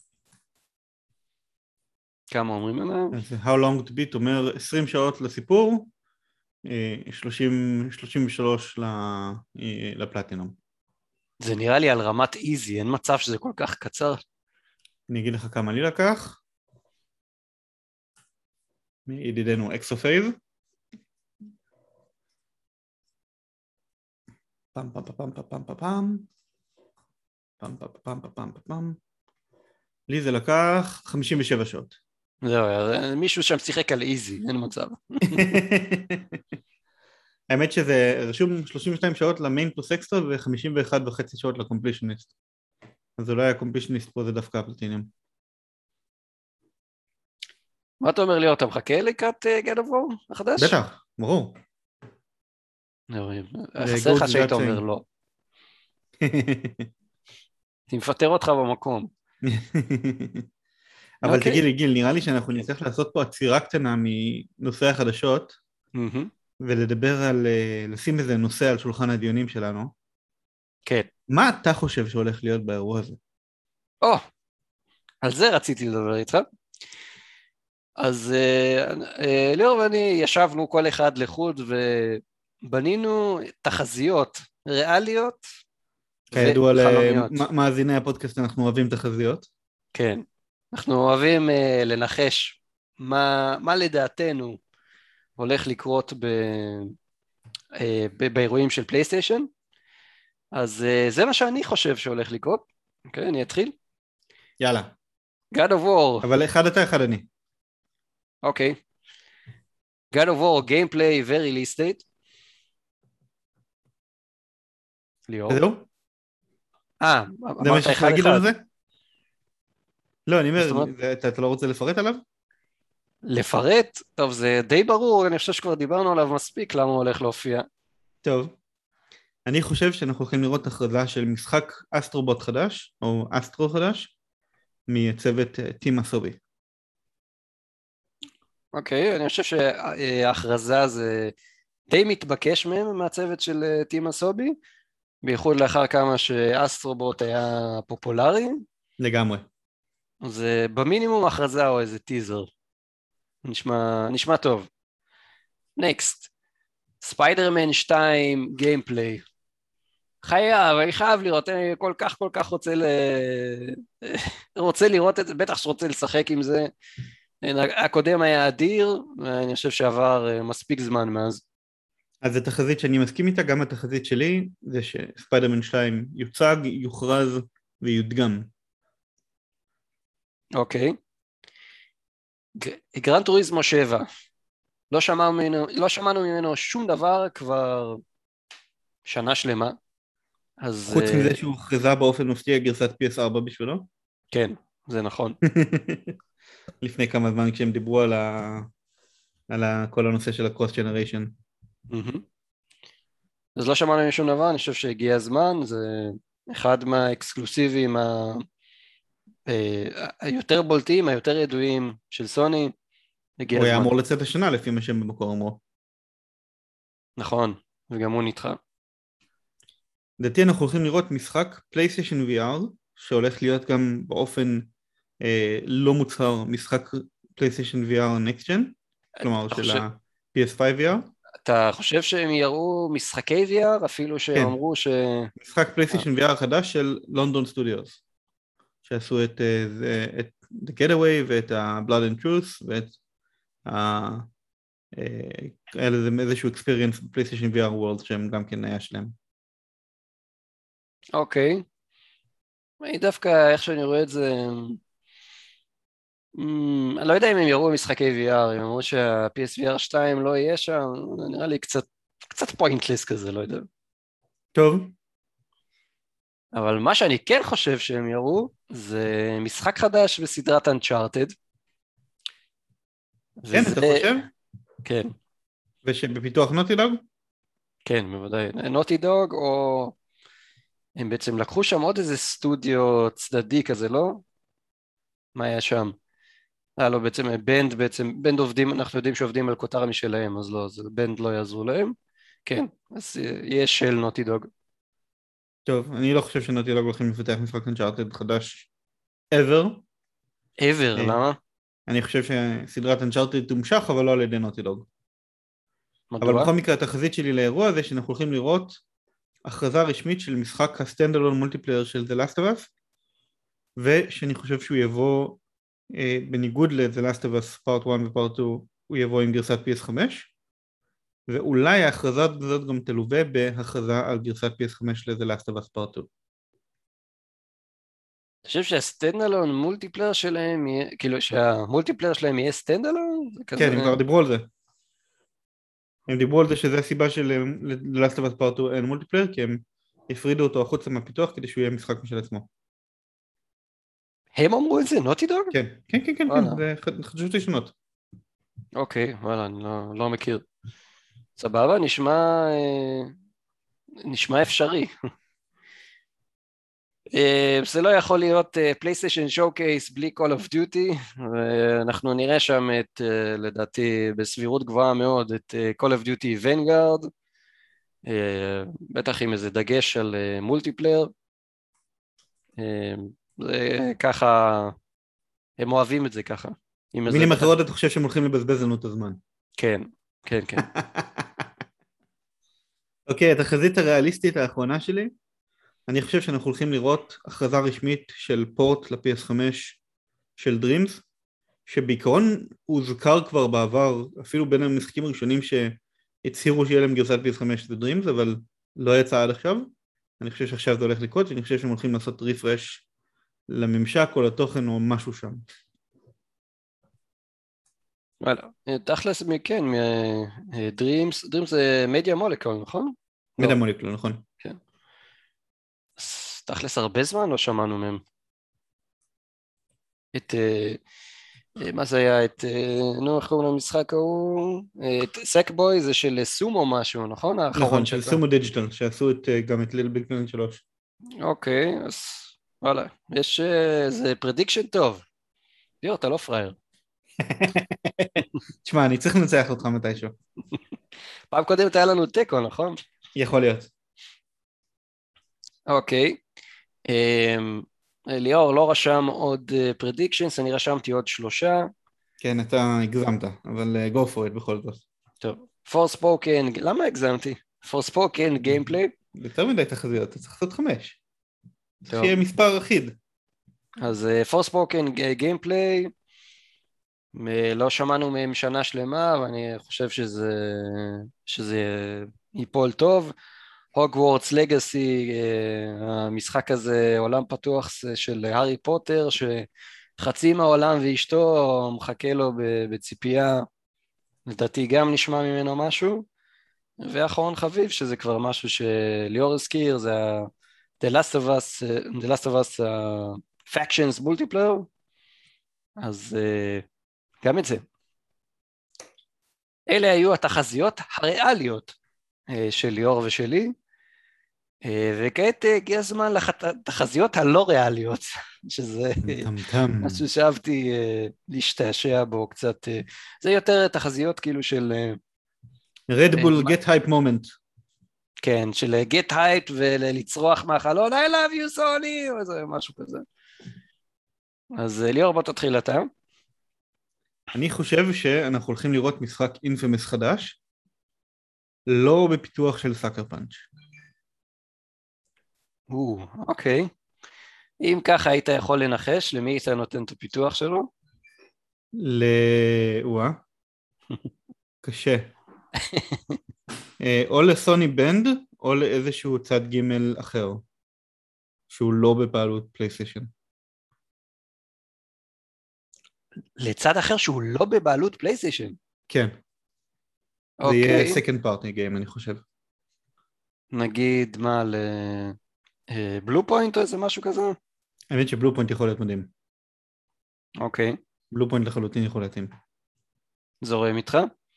כמה אומרים עליו? אז How Long to Beat אומר עשרים שעות לסיפור, שלושים, שלושים ושלוש לפלטינום. זה נראה לי על רמת איזי, אין מצב שזה כל כך קצר. אני אגיד לך כמה לי לקח. מידידנו אקסופייז. פם פם פם פם פם פם פם פם פם פם פם פם פם. לי זה לקח חמישים ושבע שעות. זהו, מישהו שם שיחק על איזי, אין מצב. האמת שזה רשום שלושים ושתיים שעות למיין פלוס אקסטרה ו-חמישים ואחת וחצי שעות לקומפלישניסט. אז אולי הקומפלישניסט פה זה דווקא הפלטיניום. מה אתה אומר לי, אתה מחכה לקראת God of War החדש? בטח, ברור. חסר לך שהיית אומר לא. אני מפטר אותך במקום. אבל תגיד לי גיל, נראה לי שאנחנו נצטרך לעשות פה עצירה קטנה מנושא החדשות, ולדבר על, לשים איזה נושא על שולחן הדיונים שלנו. כן. מה אתה חושב שהולך להיות באירוע הזה? או, על זה רציתי לדבר איתך. אז ליאור ואני ישבנו כל אחד לחוד ובנינו תחזיות ריאליות כידוע למאזיני הפודקאסט, אנחנו אוהבים תחזיות. כן, אנחנו אוהבים לנחש מה, מה לדעתנו הולך לקרות ב, באירועים של פלייסטיישן. אז זה מה שאני חושב שהולך לקרות. אוקיי, אני אתחיל. יאללה. God of War. אבל אחד אתה, אחד אני. אוקיי. God of War, gameplay ו-release date. ליאור. זהו? אה, אמרת אחד אחד. לא, אני אומר, אתה לא רוצה לפרט עליו? לפרט? טוב, זה די ברור, אני חושב שכבר דיברנו עליו מספיק, למה הוא הולך להופיע. טוב. אני חושב שאנחנו הולכים לראות הכרזה של משחק אסטרובוט חדש, או אסטרו חדש, מצוות טים אסובי. אוקיי, אני חושב שההכרזה זה די מתבקש מהם מהצוות של טים אסובי, בייחוד לאחר כמה שאסטרובוט היה פופולרי. לגמרי. זה במינימום הכרזה או איזה טיזר. נשמע, נשמע טוב. נקסט. ספיידרמן שתיים גיימפליי. חייב, אני חייב לראות, אני כל כך כל כך רוצה ל... רוצה לראות את זה, בטח שרוצה לשחק עם זה. הקודם היה אדיר, ואני חושב שעבר מספיק זמן מאז. אז התחזית שאני מסכים איתה, גם התחזית שלי, זה שספיידרמן שתיים יוצג, יוכרז ויודגם. אוקיי. גרן טוריזמו שבע. לא שמענו ממנו, לא שמענו ממנו שום דבר כבר שנה שלמה. אז... חוץ מזה שהוא הכרזה באופן מפתיע גרסת פי אס ארבע בשבילו? כן, זה נכון. לפני כמה זמן כשהם דיברו על, ה... על ה... כל הנושא של הקרוס ג'נריישן. אז לא שמענו משום דבר, אני חושב שהגיע הזמן, זה אחד מהאקסקלוסיבים ה... היותר בולטים, היותר ידועים של סוני. הוא היה אמור לצאת השנה לפי מה שהם במקור אמרו. נכון, וגם הוא נדחה. לדעתי אנחנו הולכים לראות משחק פלייסטיישן וי אר, שהולך להיות גם באופן אה, לא מוצהר משחק פלייסטיישן וי אר Next Gen, כלומר אתה של חושב, ה-פי אס פייב וי אר. אתה חושב שהם יראו משחקי וי אר, אפילו שהם כן, אמרו ש... משחק אה, פלייסטיישן וי אר חדש של לונדון סטודיוס, שעשו את, אה, זה- את The Getaway ואת ה-Blood and Truth ואת ה... אה, היה לזה איזשהו experience בפלייסטיישן וי אר וורלד שהם גם כן היה שלהם. אוקיי. אני דווקא, איך שאני רואה את זה, אמ, אני לא יודע אם הם יראו משחקי וי אר, הם אמרו שה-פי אס וי אר שתיים לא יהיה שם, זה נראה לי קצת, קצת פוינטלס כזה, לא יודע. טוב, אבל מה שאני כן חושב שהם יראו, זה משחק חדש בסדרת Uncharted. כן, וזה, אתה חושב? כן, ושבפיתוח נוטי דוג? כן, בוודאי. נוטי דוג, או הם בעצם לקחו שם עוד איזה סטודיו צדדי כזה, לא? מה היה שם? היה לו בעצם בנד, בעצם בנד עובדים, אנחנו יודעים שעובדים על כותרה משלהם, אז לא, אז בנד לא יעזרו להם. כן, אז יש של נוטי דוג. טוב, אני לא חושב שנוטי דוג הולכים לפתח משחק אנצ'ארטד חדש ever. ever, אה, למה? אני חושב שסדרת אנצ'ארטד תומשך, אבל לא על ידי נוטי דוג. אבל מדוע? בכל מקרה התחזית שלי לאירוע הזה שאנחנו הולכים לראות הכרזה רשמית של משחק הסטנדלון מולטיפלייר של The Last of Us, ושאני חושב שהוא יבוא אה, בניגוד ל-The Last of Us Part אחת ו-Part שתיים, הוא יבוא עם גרסת פי אס חמש, ואולי ההכרזה הזאת גם תלווה בהכרזה על גרסת פי אס חמש ל-The Last of Us Part שתיים. אתה חושב שהסטנדלון מולטיפלייר שלהם יהיה, כאילו שהמולטיפלייר שלהם יהיה סטנדלון? זה כזה... כן, הם כבר דיברו על זה. הם דיברו על זה שזה הסיבה של The Last of Us Part שתיים אין מולטיפלייר, כי הם הפרידו אותו החוצה מהפיתוח כדי שהוא יהיה משחק משל עצמו. הם אמרו את זה? נוטי דוג? כן, כן, כן, כן, וואלה. כן, זה חדשות ראשונות. אוקיי, וואלה, אני לא, לא מכיר. סבבה, נשמע, אה, נשמע אפשרי. אה, זה לא יכול להיות פלייסטיישן שואו קייס בלי Call of Duty, ואנחנו נראה שם את, אה, לדעתי, בסבירות גבוהה מאוד, את אה, Call of Duty Vanguard, אה, בטח עם איזה דגש על אה, מולטיפלייר. אה, זה ככה, הם אוהבים את זה ככה. עם איזה במילים בטח... אחרות אתה חושב שהם הולכים לבזבז לנו את הזמן. כן, כן, כן. אוקיי, התחזית הריאליסטית האחרונה שלי, אני חושב שאנחנו הולכים לראות הכרזה רשמית של פורט ל-פי אס חמש של Dreams, שבעיקרון הוא זוכר כבר בעבר, אפילו בין המשחקים הראשונים שהצהירו שיהיה להם גרסת פי אס חמש זה Dreams, אבל לא יצא עד עכשיו. אני חושב שעכשיו זה הולך לקרות, ואני חושב שהם הולכים לעשות ריפרש לממשק או לתוכן או משהו שם. וואלה, תכלס, כן, דרימס, דרימס זה מדיה מולקול, נכון? מידע לא, מולקולר, נכון. כן. אז תכלס הרבה זמן לא שמענו מהם. את, אה, אה, מה זה היה? את, אה, נו, איך קוראים למשחק ההוא? אה, את סקבוי זה של סומו משהו, נכון? האחרון נכון, של שלו. סומו דיג'יטל, שעשו את, גם את ליל ביג פלנט שלוש. אוקיי, אז וואלה, יש איזה פרדיקשן טוב. ליאור, אתה לא פראייר. תשמע, אני צריך לנצח אותך מתישהו. פעם קודמת היה לנו טקו, נכון? יכול להיות. אוקיי. אמ, ליאור לא רשם עוד פרדיקשנס, אני רשמתי עוד שלושה. כן, אתה הגזמת, אבל uh, go for it בכל זאת. טוב, Forspoken, למה הגזמתי? Forspoken גיימפליי. יותר מדי תחזיות, אתה צריך לעשות חמש. צריך טוב. שיהיה מספר אחיד. אז Forspoken גיימפליי, לא שמענו מהם שנה שלמה, ואני חושב שזה, שזה ייפול טוב. הוגוורטס לגאסי, המשחק הזה, עולם פתוח של הארי פוטר, שחצי מהעולם ואשתו מחכה לו בציפייה, לדעתי גם נשמע ממנו משהו. ואחרון חביב, שזה כבר משהו שליאור הזכיר, זה The Last of Us, The Last of Us uh, Factions Multiplayer, אז uh, גם את זה. אלה היו התחזיות הריאליות uh, של ליאור ושלי, uh, וכעת הגיע הזמן לתחזיות הלא ריאליות, שזה משהו שאהבתי uh, להשתעשע בו קצת, uh, זה יותר תחזיות כאילו של... Uh, רדבול get hype moment. כן, של get hype ולצרוח מהחלון, I love you סוני, או איזה משהו כזה. אז ליאור, בוא תתחיל אתה. אני חושב שאנחנו הולכים לראות משחק אינפימוס חדש, לא בפיתוח של סאקר פאנץ'. אוקיי. אם ככה היית יכול לנחש, למי אתה נותן את הפיתוח שלו? ל... וואה. קשה. או לסוני בנד, או לאיזשהו צד ג' אחר, שהוא לא בבעלות פלייסטיישן. לצד אחר שהוא לא בבעלות פלייסטיישן? כן. זה יהיה second party game, אני חושב. נגיד מה, לבלו פוינט או איזה משהו כזה? האמת שבלו פוינט יכול להיות מדהים. אוקיי. בלו פוינט לחלוטין יכול להתאים. זורם איתך.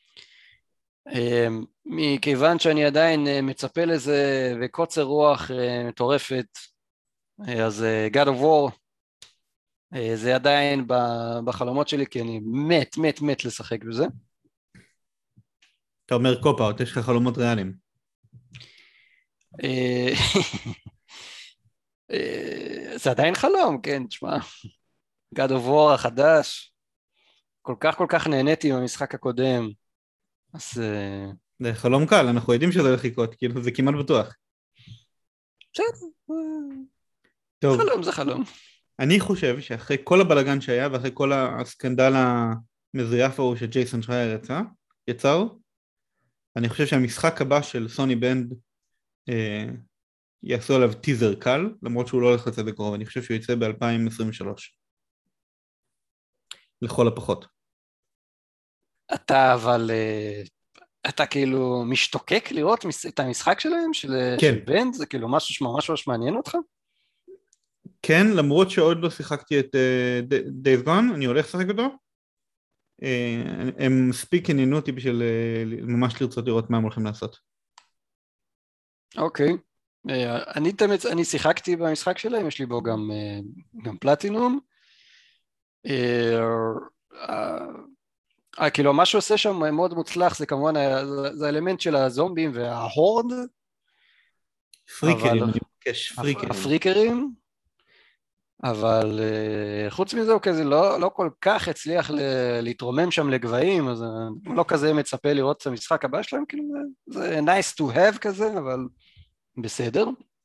מכיוון שאני עדיין מצפה לזה וקוצר רוח מטורפת, אז God of War זה עדיין בחלומות שלי, כי אני מת, מת, מת לשחק בזה. אתה אומר קופ-אוט, יש לך חלומות ריאליים. זה עדיין חלום, כן, תשמע. God of War החדש, כל כך כל כך נהניתי במשחק הקודם, אז... זה חלום קל, אנחנו יודעים שזה הולך לקרות, כאילו זה כמעט בטוח. בסדר. טוב. חלום זה חלום. אני חושב שאחרי כל הבלגן שהיה, ואחרי כל הסקנדל המזויף ההוא שג'ייסון שרייר יצא, יצר, אני חושב שהמשחק הבא של סוני בנד אה, יעשו עליו טיזר קל, למרות שהוא לא הולך לצאת בקרוב, אני חושב שהוא יצא ב-אלפיים עשרים ושלוש. לכל הפחות. אתה אבל, אתה כאילו משתוקק לראות את המשחק שלהם, של, כן. של בנד? זה כאילו משהו שממש ממש מעניין אותך? כן, למרות שעוד לא שיחקתי את uh, Days Gone, אני הולך לשחק אותו. Uh, הם מספיק עניינו אותי בשביל uh, ממש לרצות לראות מה הם הולכים לעשות. אוקיי. Okay. Uh, אני, תמיד, אני שיחקתי במשחק שלהם, יש לי בו גם, uh, גם פלטינום. Uh, uh, כאילו מה שעושה שם מאוד מוצלח זה כמובן זה האלמנט של הזומבים וההורד. פריקרים, אני מבקש, פריקרים. הפריקרים. אבל uh, חוץ מזה הוא כזה לא, לא כל כך הצליח ל- להתרומם שם לגבהים, אז הוא לא כזה מצפה לראות את המשחק הבא שלהם, כאילו זה, זה nice to have כזה, אבל בסדר.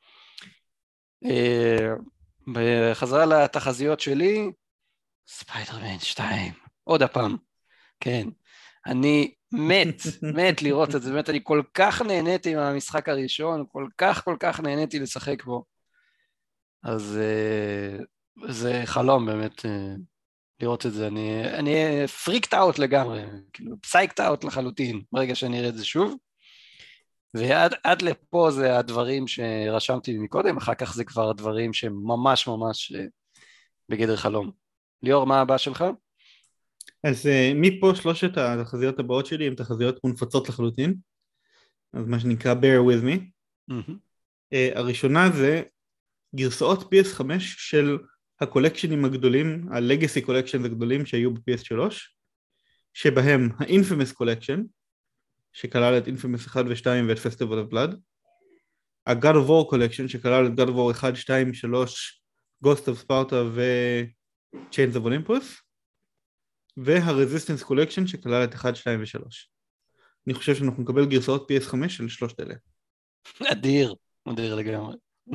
Uh, בחזרה לתחזיות שלי, ספיידרמן שתיים, עוד הפעם, כן, אני מת, מת לראות את זה, באמת אני כל כך נהניתי מהמשחק הראשון, כל כך כל כך נהניתי לשחק בו, אז זה חלום באמת לראות את זה, אני, אני פריקט אאוט לגמרי, כאילו פסייקט אאוט לחלוטין, ברגע שאני אראה את זה שוב, ועד עד לפה זה הדברים שרשמתי מקודם, אחר כך זה כבר הדברים שממש ממש בגדר חלום. ליאור, מה הבא שלך? אז מפה שלושת התחזיות הבאות שלי הן תחזיות מונפצות לחלוטין, אז מה שנקרא bear with me. Mm-hmm. הראשונה זה גרסאות פי אס חמש של הקולקשנים הגדולים, ה-Legacy Collections הגדולים שהיו ב-פי אס שלוש, שבהם ה-Infamous Collection, שכלל את Infamous אחת ו-שתיים ואת Festival of Blood, ה-God of War Collection, שכלל את God of War אחת, שתיים, שלוש, Ghost of Sparta ו-Chains of Olympus, וה-Resistance Collection, שכלל את אחת, שתיים ו-שלוש. אני חושב שאנחנו נקבל גרסאות פי אס חמש של שלושת אלה. אדיר, אדיר לגמרי.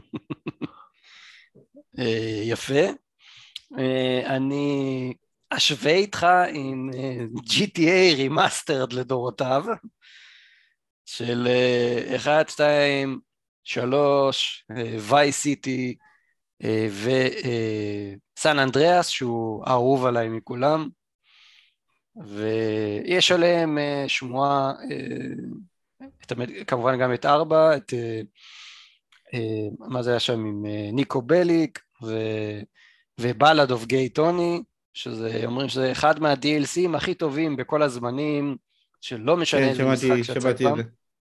יפה. אני אשווה איתך עם ג'י טי איי Remastered לדורותיו, של אחת, שתיים, שלוש, Vice City וסן אנדריאס, שהוא אהוב עליי מכולם, ויש עליהם שמועה, כמובן גם את ארבע, את מה זה היה שם עם ניקו בליק ובלד אוף גיי טוני, שזה אומרים שזה אחד מה-די אל סי הכי טובים בכל הזמנים, שלא משנה איזה משחק שיצא פעם.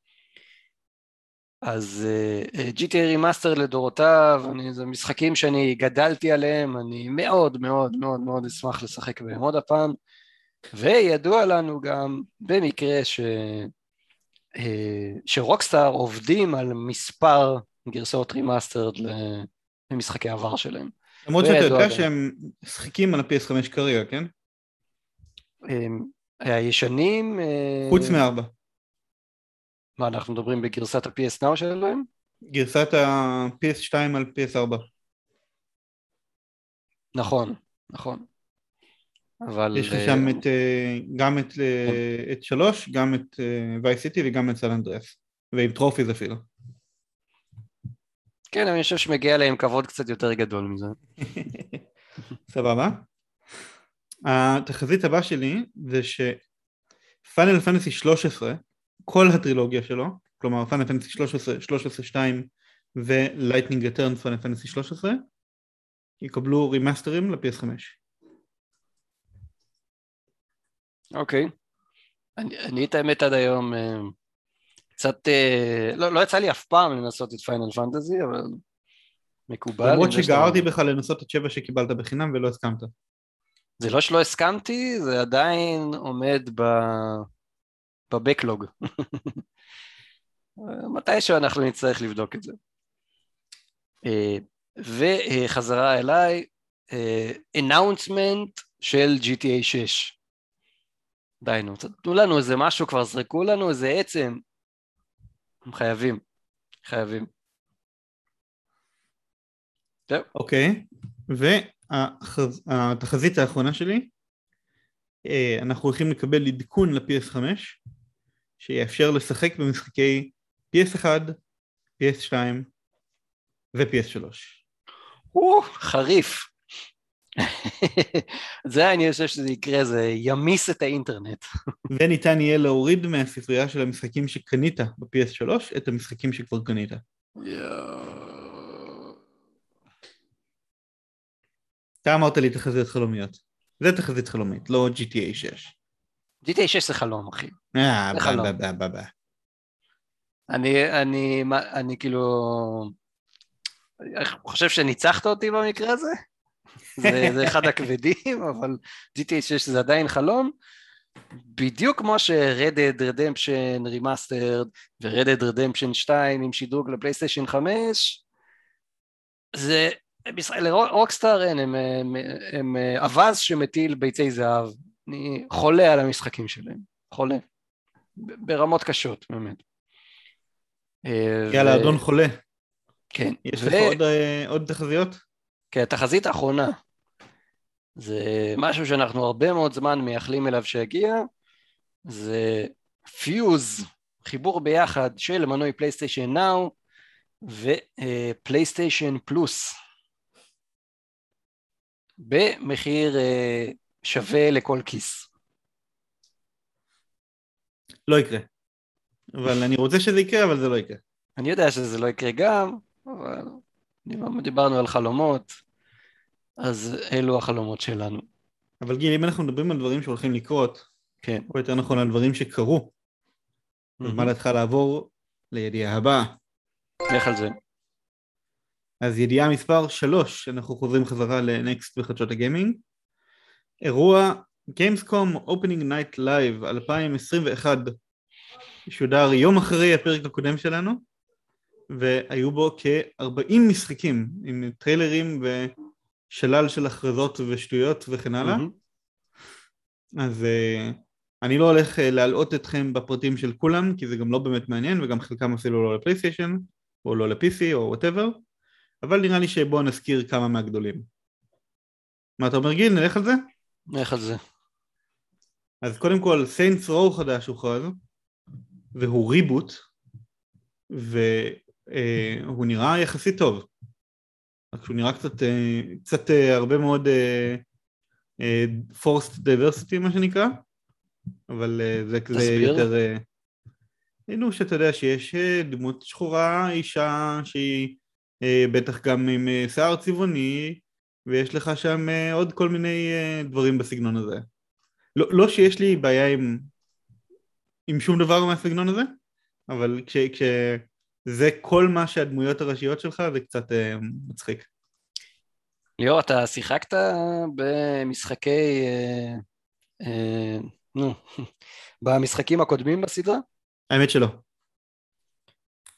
אז ג'י טי איי Remastered לדורותיו, זה משחקים שאני גדלתי עליהם, אני מאוד מאוד מאוד מאוד אשמח לשחק בהם עוד הפעם, וידוע לנו גם במקרה שרוקסטאר עובדים על מספר גרסאות רימאסטרד למשחקי העבר שלהם. למרות שאתה יודע שהם משחקים על ה-פי אס חמש כרגע, כן? הישנים... חוץ מארבע. מה, אנחנו מדברים בגרסת ה-פי אס Now שלהם? גרסת ה-פי אס שתיים על פי אס ארבע. נכון, נכון. אבל... יש לך שם את, גם את, את שלוש, גם את וייס סיטי וגם את סן אנדריאס. ועם טרופיז אפילו. כן, אני חושב שמגיע להם כבוד קצת יותר גדול מזה. סבבה. התחזית הבאה שלי זה שפיינל פנטסי שלוש עשרה, כל הטרילוגיה שלו, כלומר פיינל פנטסי שלוש עשרה, שלוש עשרה שתיים ולייטנינג ריטרן פיינל פנטסי שלוש עשרה, יקבלו רימאסטרים ל-פי אס חמש. אוקיי. אני, אני את האמת עד היום קצת, לא, לא יצא לי אף פעם לנסות את פיינל פנטסי, אבל מקובל. למרות שגררתי בך לנסות את שבע שקיבלת בחינם ולא הסכמת. זה לא שלא הסכמתי, זה עדיין עומד ב... בבקלוג. מתישהו אנחנו נצטרך לבדוק את זה. וחזרה אליי, announcement של ג'י טי איי שש. די נו, תנו לנו איזה משהו, כבר זרקו לנו איזה עצם. הם חייבים, חייבים. טוב. אוקיי, והתחזית האחרונה שלי, אנחנו הולכים לקבל עדכון ל-פי אס חמש, שיאפשר לשחק במשחקי פי אס אחת, פי אס שתיים ו-פי אס שלוש. או, חריף. זה אני חושב שזה יקרה, זה ימיס את האינטרנט. וניתן יהיה להוריד מהספרייה של המשחקים שקנית ב-פי אס שלוש את המשחקים שכבר קנית. אתה אמרת לי תחזית חלומיות. זה תחזית חלומית, לא ג'י טי איי שש. ג'י טי איי שש זה חלום, אחי. אה, בא, בא, בא, בא. אני, אני, אני כאילו... אני חושב שניצחת אותי במקרה הזה. זה, זה אחד הכבדים, אבל ג'י טי איי שש זה עדיין חלום. בדיוק כמו ש-Red Dead Redemption Remastered ו-Red Dead Redemption שתיים עם שידרוג לפלייסטיישן חמש, זה... לרוקסטאר אין, הם, הם, הם אבז שמטיל ביצי זהב. אני חולה על המשחקים שלהם, חולה. ברמות קשות, באמת. יאללה, ו... אדון חולה. כן. יש ו... לך עוד, עוד תחזיות? כן, התחזית האחרונה. זה משהו שאנחנו הרבה מאוד זמן מייחלים אליו שהגיע, זה פיוז, חיבור ביחד של מנוי פלייסטיישן נאו ופלייסטיישן פלוס. במחיר שווה לכל כיס. לא יקרה. אבל אני רוצה שזה יקרה, אבל זה לא יקרה. אני יודע שזה לא יקרה גם, אבל דיברנו על חלומות, אז אלו החלומות שלנו. אבל גיל, אם אנחנו מדברים על דברים שהולכים לקרות, כן. או יותר נכון על דברים שקרו, אז מה דעתך לעבור לידיעה הבאה? לך על זה. אז ידיעה מספר שלוש, אנחנו חוזרים חזרה לנקסט בחדשות הגיימינג. אירוע Gamescom Opening Night Live אלפיים עשרים ואחת, שודר יום אחרי הפרק הקודם שלנו, והיו בו כ-ארבעים משחקים, עם טריילרים ושלל של הכרזות ושטויות וכן הלאה. Mm-hmm. אז uh, אני לא הולך uh, להלאות אתכם בפרטים של כולם, כי זה גם לא באמת מעניין, וגם חלקם אפילו לא לפלייסטיישן, או לא ל-פי סי, או whatever. אבל נראה לי שבואו נזכיר כמה מהגדולים. מה אתה אומר גיל? נלך על זה? נלך על זה. אז קודם כל, Saints Row חדש הוכרז, והוא ריבוט, והוא נראה יחסית טוב. רק שהוא נראה קצת, קצת הרבה מאוד forced diversity מה שנקרא, אבל זה כזה יותר... היינו שאתה יודע שיש דמות שחורה, אישה שהיא בטח גם עם שיער צבעוני, ויש לך שם עוד כל מיני דברים בסגנון הזה. לא, לא שיש לי בעיה עם, עם שום דבר מהסגנון הזה, אבל כש, כשזה כל מה שהדמויות הראשיות שלך, זה קצת מצחיק. ליאור, אתה שיחקת במשחקי, נו, במשחקים הקודמים בסדרה? האמת שלא.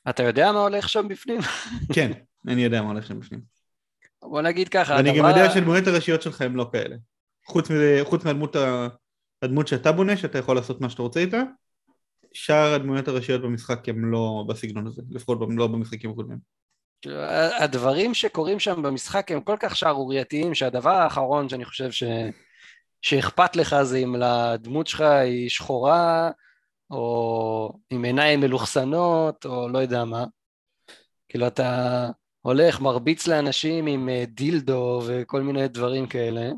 אתה יודע מה הולך שם בפנים? כן, אני יודע מה הולך שם בפנים. בוא נגיד ככה, ואני הדבר... גם יודע שדמויות הראשיות שלך הם לא כאלה. חוץ, מזה, חוץ מהדמות ה... הדמות שאתה בונה, שאתה יכול לעשות מה שאתה רוצה איתה, שאר הדמויות הראשיות במשחק הם לא בסגנון הזה, לפחות לא במשחקים הקודמים. הדברים שקורים שם במשחק הם כל כך שערורייתיים, שהדבר האחרון שאני חושב ש... שאכפת לך זה אם לדמות שלך היא שחורה, או עם עיניים מלוכסנות, או לא יודע מה. כאילו אתה הולך, מרביץ לאנשים עם דילדו וכל מיני דברים כאלה,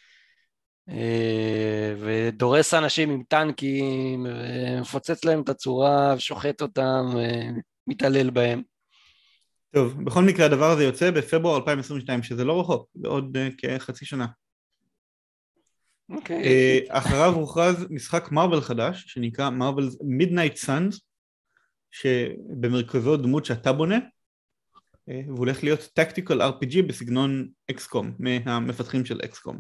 ודורס אנשים עם טנקים, ומפוצץ להם את הצורה, ושוחט אותם, ומתעלל בהם. טוב, בכל מקרה הדבר הזה יוצא בפברואר אלפיים עשרים ושתיים, שזה לא רחוק, בעוד uh, כחצי שנה. אוקיי. Uh, אחריו הוכרז משחק מרבל חדש, שנקרא מרבל's Midnight Suns, שבמרכזו דמות שאתה בונה, uh, והוא הולך להיות Tactical אר פי ג'י בסגנון אקסקום, מהמפתחים של אקסקום.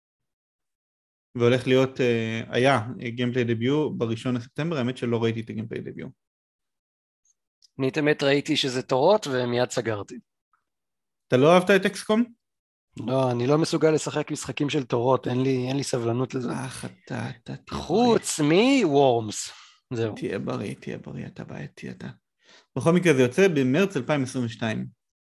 והולך להיות, uh, היה גיימפליי דביוט בראשון לספטמבר, האמת שלא ראיתי את הגיימפליי דביוט. אני תמיד ראיתי שזה תורות ומיד סגרתי. אתה לא אהבת את אקסקום? לא, אני לא מסוגל לשחק משחקים של תורות, אין לי, אין לי סבלנות לזה. אך אתה, אתה תהיה חוץ מוורמס, זהו. תהיה בריא, תהיה בריא, אתה בעייתי, אתה. בכל מקרה זה יוצא במרץ אלפיים עשרים ושתיים.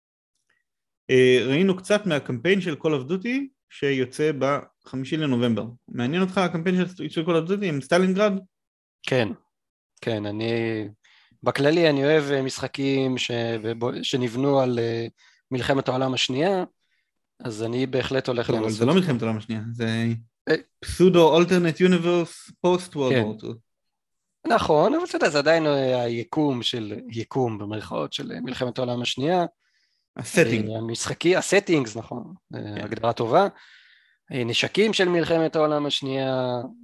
ראינו קצת מהקמפיין של Call of Duty שיוצא בחמישי לנובמבר. מעניין אותך הקמפיין של Call of Duty עם סטלינגרד? כן, כן, אני... בכללי אני אוהב משחקים ש... שנבנו על מלחמת העולם השנייה, אז אני בהחלט הולך לנסות. אבל זה לא מלחמת העולם השנייה, זה פסודו אולטרנט יוניברס פוסט וורלד וור טו. נכון, אבל אתה יודע, זה עדיין היקום של, יקום במרכאות של מלחמת העולם השנייה. הסטינג. המשחקי, הסטינגס, נכון, הגדרה טובה. נשקים של מלחמת העולם השנייה,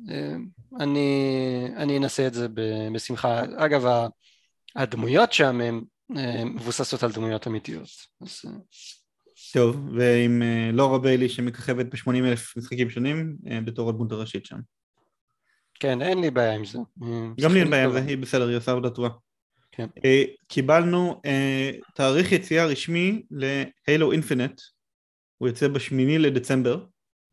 אני, אני אנסה את זה בשמחה. אגב, הדמויות שם הן מבוססות על דמויות אמיתיות. אז... טוב, ועם לורה ביילי שמככבת ב-שמונים אלף משחקים שונים בתור הדמות הראשית שם. כן, אין לי בעיה עם זה. גם לי אין בעיה עם זה, היא בסדר, היא עושה עבודה טובה. כן. קיבלנו תאריך יציאה רשמי להילו אינפינט, הוא יוצא בשמיני לדצמבר,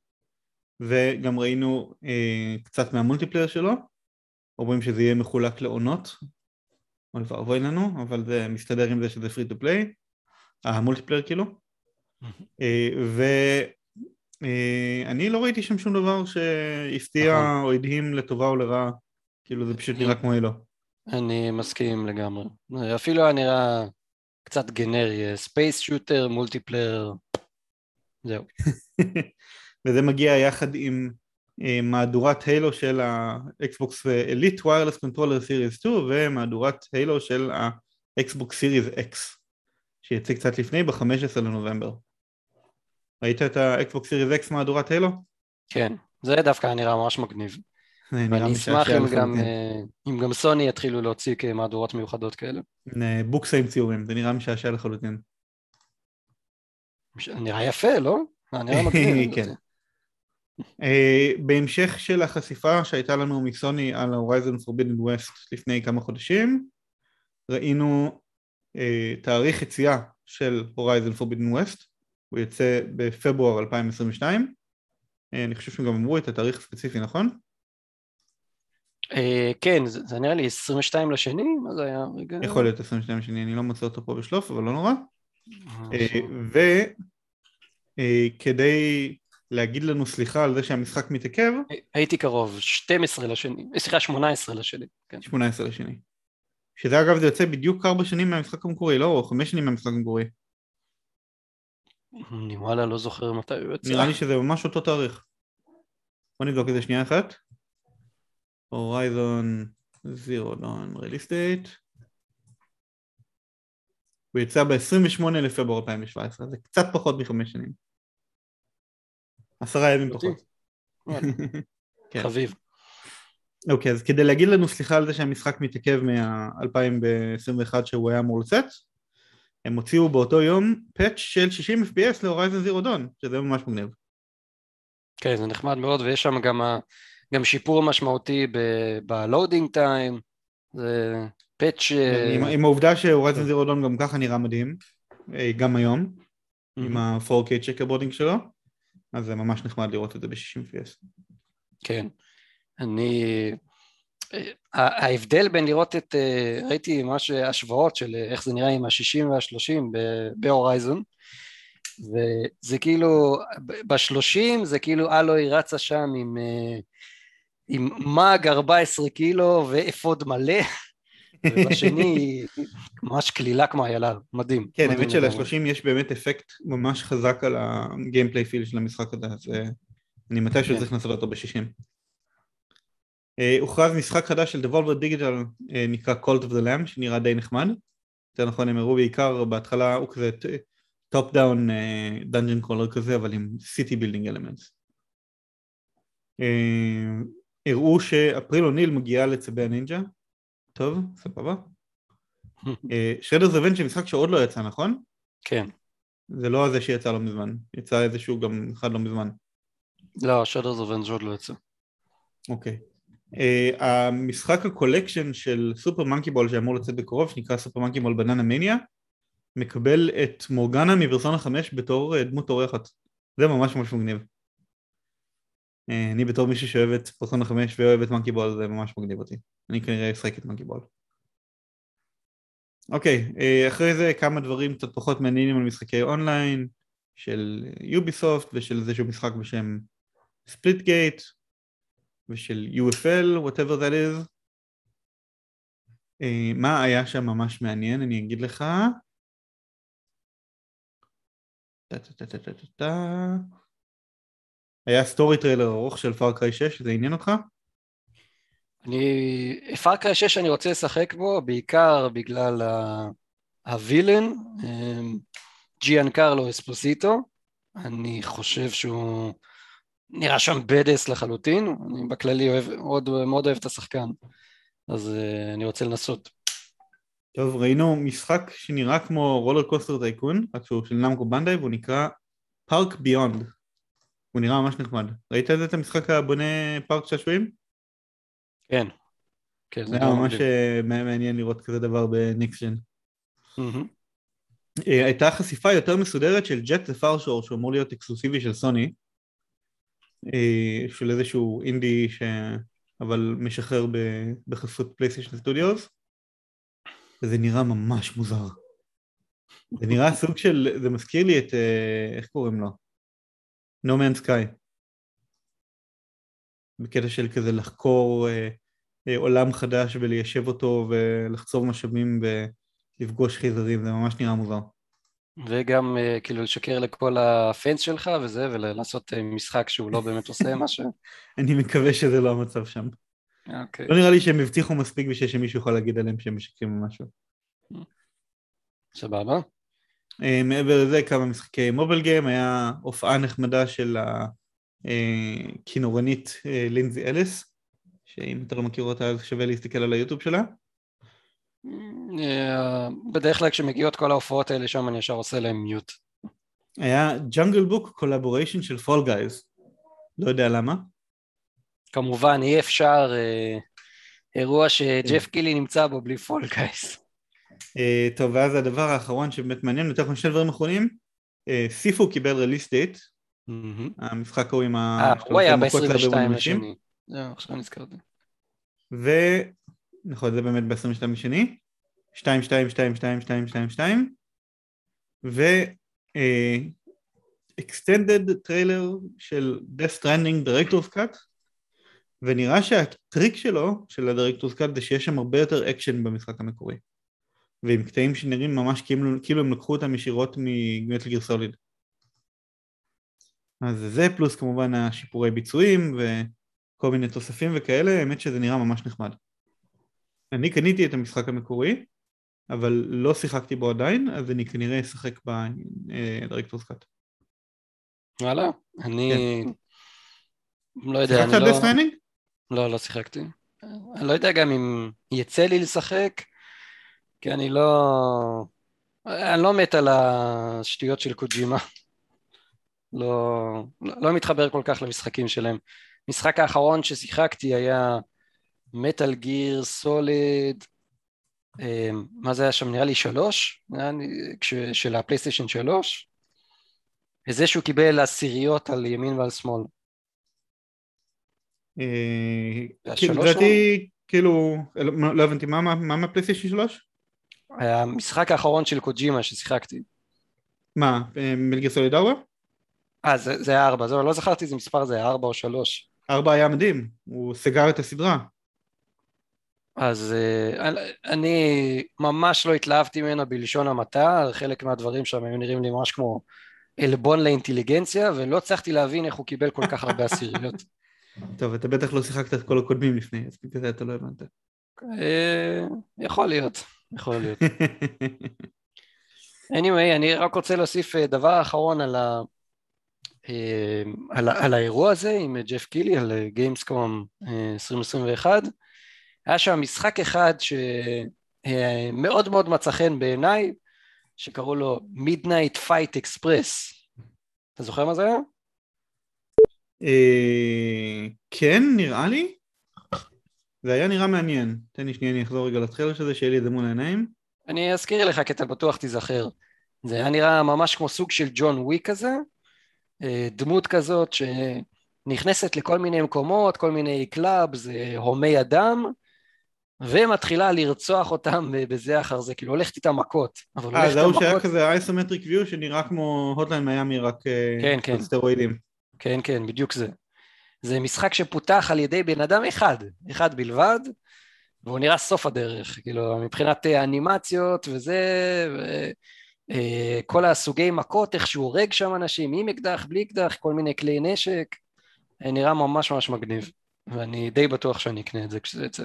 וגם ראינו קצת מהמולטיפלייר שלו, אומרים שזה יהיה מחולק לעונות, אוי ואבוי לנו, אבל זה מסתדר עם זה שזה פרי טו פליי, המולטיפלייר כאילו, ואני לא ראיתי שם שום דבר שהפתיע או הדהים לטובה או לרעה, כאילו זה פשוט נראה כמו אילו. אני מסכים לגמרי, אפילו היה נראה קצת גנרי, ספייס שוטר, מולטיפלייר, זהו. וזה מגיע יחד עם מהדורת הילו של האקסבוקס אליט ויירלס קונטרולר סיריס שתיים ומהדורת הילו של האקסבוקס סיריס אקס שיצא קצת לפני ב-חמישה עשר לנובמבר. ראית את האקסבוקס סיריס אקס מהדורת הילו? כן, זה דווקא נראה ממש מגניב. ואני אשמח אם גם, אם גם סוני יתחילו להוציא כמהדורות מיוחדות כאלה. בוקסה עם ציורים, זה נראה משעשע לחלוטין. נראה יפה, לא? נראה מגניב. כן. בהמשך של החשיפה שהייתה לנו מסוני על הורייזן פורבידן ווסט לפני כמה חודשים, ראינו תאריך יציאה של הורייזן פורבידן ווסט, הוא יצא בפברואר אלפיים עשרים ושתיים, אני חושב שגם אמרו את התאריך הספציפי, נכון? כן, זה נראה לי עשרים ושתיים לשני, מה זה היה? יכול להיות עשרים ושתיים לשני, אני לא מוצא אותו פה בשלוף, אבל לא נורא. וכדי להגיד לנו סליחה על זה שהמשחק מתעכב, הייתי קרוב, שתים עשרה לשני, סליחה, שמונה עשרה לשני. שמונה עשרה לשני. שזה אגב זה יוצא בדיוק ארבע שנים מהמשחק המקורי, לא? או חמש שנים מהמשחק המקורי. אני וואלה לא זוכר מתי הוא יוצא. נראה לי שזה ממש אותו תאריך. בוא נבדוק את זה שנייה אחת. Horizon Zero Dawn Release Date. הוא יצא ב-עשרים ושמונה לפברואר אלפיים שבע עשרה, זה קצת פחות מחמש שנים. עשרה ימים פחות. חביב. אוקיי, אז כדי להגיד לנו סליחה על זה שהמשחק מתעכב מ-אלפיים עשרים ואחת שהוא היה אמור לצאת, הם הוציאו באותו יום פאץ' של שישים אף פי אס ל-Horizon Zero Dawn, שזה ממש מגניב. כן, זה נחמד מאוד, ויש שם גם, גם שיפור משמעותי ב-loading time, זה פאץ' עם, עם העובדה שהורייזן זירו דון גם ככה נראה מדהים, גם היום, עם ה-פור קיי צ'קרבורדינג שלו, אז זה ממש נחמד לראות את זה ב-שישים אף פי אס. כן, אני... ההבדל בין לראות את... ראיתי ממש השוואות של איך זה נראה עם ה-שישים וה-שלושים בהורייזון, וזה כאילו, ב-שלושים זה כאילו אלוי רצה שם עם, עם מאג ארבע עשרה קילו ואפוד מלא, ובשני ממש כלילה כמו איילה, מדהים. כן, האמת של-שלושים יש באמת אפקט ממש חזק על הגיימפליי פיל של המשחק הזה, אז אני מתישהו צריך לנסות אותו ב-שישים. הוכרז משחק חדש של Devolver Digital, נקרא Cult of the Lamb, שנראה די נחמד. יותר נכון, הם הראו בעיקר, בהתחלה הוא כזה טופ דאון דאנג'ן קרולר כזה, אבל עם סיטי בילדינג אלמנטס. הראו שאפריל אוניל מגיעה לצבי הנינג'ה. טוב, סבבה. Shredder's Revenge זה משחק שעוד לא יצא, נכון? כן. זה לא הזה שיצא לא מזמן, יצא איזשהו גם אחד לא מזמן. לא, Shredder's Revenge עוד לא יצא. אוקיי. המשחק הקולקשן של סופר מונקי בול שאמור לצאת בקרוב, שנקרא סופר מונקי בול בננה מניה, מקבל את מורגנה מפרסונה חמש בתור דמות אורחת. זה ממש ממש מגניב. אני בתור מישהו שאוהב את פרסונה חמש ואוהב את מונקי בול, זה ממש מגניב אותי. אני כנראה אשחק את מונקי בול. אוקיי, אחרי זה כמה דברים קצת פחות מעניינים על משחקי אונליין של יוביסופט ושל איזשהו משחק בשם ספליטגייט ושל יו אף אל, whatever that is. מה היה שם ממש מעניין, אני אגיד לך. היה סטורי טריילר ארוך של פאר קריי שש, זה עניין אותך? אני, פאר קריי שש אני רוצה לשחק בו, בעיקר בגלל הווילן, ג'יאן קרלו אספוסיטו, אני חושב שהוא נראה שם בדס לחלוטין, אני בכללי אוהב, מאוד, מאוד אוהב את השחקן, אז אני רוצה לנסות. טוב, ראינו משחק שנראה כמו רולר קוסטר טייקון, רק שהוא של נמקו בנדאי, והוא נקרא פארק ביונד, הוא נראה ממש נחמד. ראית את זה, את המשחק הבונה פארק שעשועים? כן. זה היה ממש מעניין לראות כזה דבר בניקסג'ן. הייתה חשיפה יותר מסודרת של ג'ט דה פארשור, שהוא אמור להיות אקסקלוסיבי של סוני, של איזשהו אינדי אבל משחרר בחסות פלייסטיישן סטודיוס, וזה נראה ממש מוזר. זה נראה סוג של, זה מזכיר לי את, איך קוראים לו? No Man's Sky. בקטע של כזה לחקור עולם חדש וליישב אותו ולחצוב משאבים ולפגוש חיזרים, זה ממש נראה מוזר. וגם כאילו לשקר לכל הפנס שלך וזה, ולעשות משחק שהוא לא באמת עושה משהו. אני מקווה שזה לא המצב שם. אוקיי. לא נראה לי שהם הבטיחו מספיק בשביל שמישהו יכול להגיד עליהם שהם משקרים משהו. סבבה. מעבר לזה כמה משחקי מוביל גיים, היה הופעה נחמדה של הכינורנית לינזי אליס, שאם אתה לא מכיר אותה אז שווה להסתכל על היוטיוב שלה. בדרך כלל כשמגיעות כל ההופעות האלה שם אני ישר עושה להם מיוט. היה ג'אנגל בוק קולאבוריישן של פול גייז, לא יודע למה. כמובן אי אפשר אירוע שג'ף קילי נמצא בו בלי פול גייז. טוב, ואז הדבר האחרון שבאמת מעניין, יותר כמו שני דברים אחרונים, סיפו קיבל רליס דייט, המשחק הוא עם ה... הוא היה ב-עשרים ושתיים לשני, זהו, עכשיו נזכרתי. ו... נכון, זה באמת ב-עשרים ושתיים לשני, שתיים שתיים שתיים שתיים שתיים שתיים שתיים, ו... extended טריילר של Death Stranding Director's Cut, ונראה שהטריק שלו, של ה-Director's Cut, זה שיש שם הרבה יותר אקשן במשחק המקורי. ועם קטעים שנראים ממש כאילו, כאילו הם לקחו אותם ישירות מגמטל גיר סוליד. אז זה פלוס כמובן השיפורי ביצועים וכל מיני תוספים וכאלה, האמת שזה נראה ממש נחמד. אני קניתי את המשחק המקורי, אבל לא שיחקתי בו עדיין, אז אני כנראה אשחק בדירקטורס קאט. וואלה, אני לא יודע. שיחקת על Death Stranding? לא, לא שיחקתי. אני לא יודע גם אם יצא לי לשחק, כי אני לא, אני לא מת על השטויות של קוג'ימה, לא, לא מתחבר כל כך למשחקים שלהם. המשחק האחרון ששיחקתי היה מטל גיר סוליד, מה זה היה שם? נראה לי שלוש, של הפלייסטיישן שלוש, איזה שהוא קיבל עשיריות על ימין ועל שמאל. לדעתי, כאילו, לא הבנתי, מה מהפלייסטיישן שלוש? המשחק האחרון של קוג'ימה ששיחקתי. מה, מלגר סוליד ארבע? אה, זה היה ארבע, זהו, לא זכרתי איזה מספר זה, ארבע או שלוש. ארבע היה מדהים, הוא סגר את הסדרה. אז אני ממש לא התלהבתי ממנו בלשון המעטה, חלק מהדברים שם היו נראים לי ממש כמו אלבון לאינטליגנציה, ולא הצלחתי להבין איך הוא קיבל כל כך הרבה עשיריות. טוב, אתה בטח לא שיחקת את כל הקודמים לפני, אז כזה אתה לא הבנת. יכול להיות, יכול להיות. anyway, אני רק רוצה להוסיף דבר אחרון על ה... על, על האירוע הזה עם ג'ף קילי, על גיימסקום עשרים עשרים ואחת. היה שם משחק אחד שמאוד מאוד מצא חן בעיניי, שקראו לו Midnight Fight Express. אתה זוכר מה זה היה? כן, נראה לי. זה היה נראה מעניין. תן לי שנייה, אני אחזור רגע לטריילר שזה, שיהיה לי את זה מול העיניים. אני אזכיר לך, כי אתה בטוח תיזכר. זה היה נראה ממש כמו סוג של ג'ון וויק כזה, דמות כזאת שנכנסת לכל מיני מקומות, כל מיני קלאבס, הומי אדם, ומתחילה לרצוח אותם בזה אחר זה, כאילו הולכת איתם מכות. אה, זה הוא שהיה כזה אייסומטריק ויו שנראה כמו הוטליין מיאמי, רק סטרואידים. כן, כן, בדיוק זה. זה משחק שפותח על ידי בן אדם אחד, אחד בלבד, והוא נראה סוף הדרך, כאילו מבחינת אנימציות וזה, כל הסוגי מכות, איך שהוא הורג שם אנשים, עם אקדח, בלי אקדח, כל מיני כלי נשק, נראה ממש ממש מגניב, ואני די בטוח שאני אקנה את זה כשזה יצא.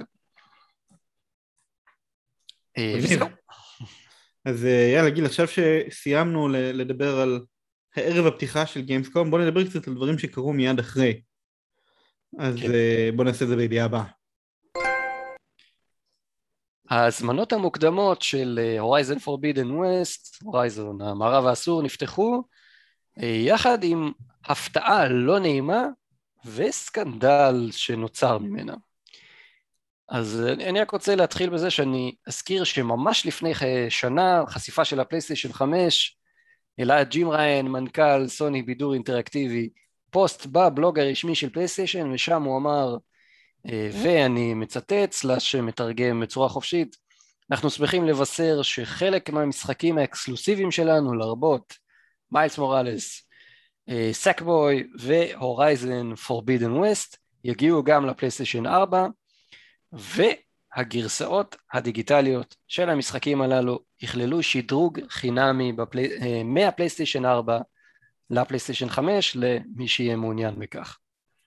אז יאללה גיל, עכשיו שסיימנו לדבר על הערב הפתיחה של גיימסקום, בוא נדבר קצת על דברים שקרו מיד אחרי. אז בוא נעשה את זה בידיעה הבאה. ההזמנות המוקדמות של Horizon Forbidden West, Horizon המערב האסור, נפתחו יחד עם הפתעה לא נעימה וסקנדל שנוצר ממנה. אז אני רק רוצה להתחיל בזה שאני אזכיר שממש לפני שנה, חשיפה של הפלייסטיישן חמש, העלה ג'ים ריין, מנכ"ל סוני בידור אינטראקטיבי, פוסט בבלוג הרשמי של פלייסטיישן, ושם הוא אמר, ואני מצטט, סלש מתרגם בצורה חופשית, אנחנו שמחים לבשר שחלק מהמשחקים האקסקלוסיביים שלנו, לרבות מיילס מוראלס, סאקבוי והורייזן פורבידן ווסט, יגיעו גם לפלייסטיישן ארבע, והגרסאות הדיגיטליות של המשחקים הללו יכללו שדרוג חינמי בפלי... מהפלייסטיישן ארבע לפלייסטיישן חמש למי שיהיה מעוניין בכך.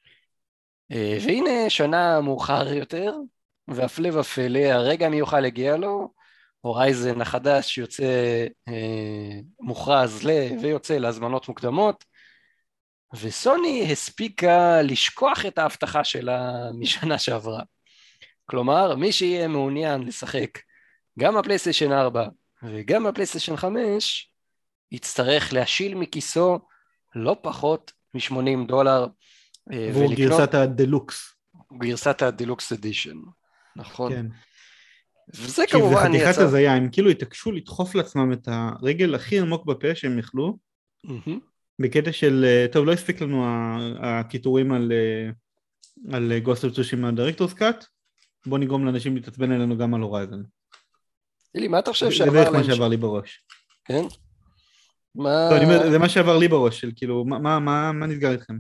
והנה שנה מאוחר יותר, והפלא ופלא, הרגע המיוחל הגיע לו, הורייזן החדש יוצא מוכרז ל... ויוצא להזמנות מוקדמות, וסוני הספיקה לשכוח את ההבטחה שלה משנה שעברה. כלומר, מי שיהיה מעוניין לשחק גם הפלייסטיישן ארבע וגם הפלייסטיישן חמש, יצטרך להשיל מכיסו לא פחות מ-שמונים דולר. עבור גרסת הדלוקס. גרסת הדלוקס אדישן, נכון? כן. וזה כמובן יצא... זה חתיכת הזיה, הם כאילו התעקשו לדחוף לעצמם את הרגל הכי עמוק בפה שהם יכלו, בקטע של, טוב, לא הספיק לנו הכיתורים על, על Ghost of Tsushima Director's Cut, בוא נגרום לאנשים להתעצבן אלינו גם על הורייזן. אילי, מה אתה חושב שעבר להם? זה מה שעבר לי בראש. כן? זה מה שעבר לי בראש, של כאילו, מה נסגר איתכם?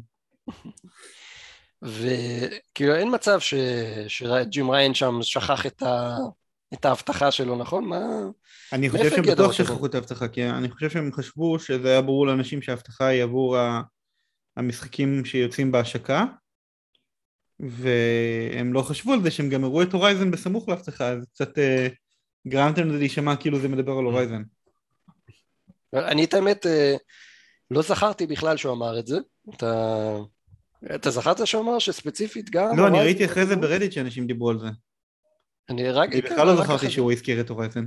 וכאילו אין מצב שג'ים ריין שם שכח את ההבטחה שלו, נכון? אני חושב שהם בטוח שכחו את ההבטחה, כי אני חושב שהם חשבו שזה היה ברור לאנשים שההבטחה היא עבור המשחקים שיוצאים בהשקה, והם לא חשבו על זה שהם גם הראו את הורייזן בסמוך להבטחה, אז קצת גרמתם לזה להישמע כאילו זה מדבר על הורייזן. אני את האמת לא זכרתי בכלל שהוא אמר את זה, אתה זכרת שהוא אמר שספציפית גם... לא, אני ראיתי אחרי זה ברדיט שאנשים דיברו על זה. אני רק... אני בכלל לא זכרתי שהוא הזכיר את הורייזן.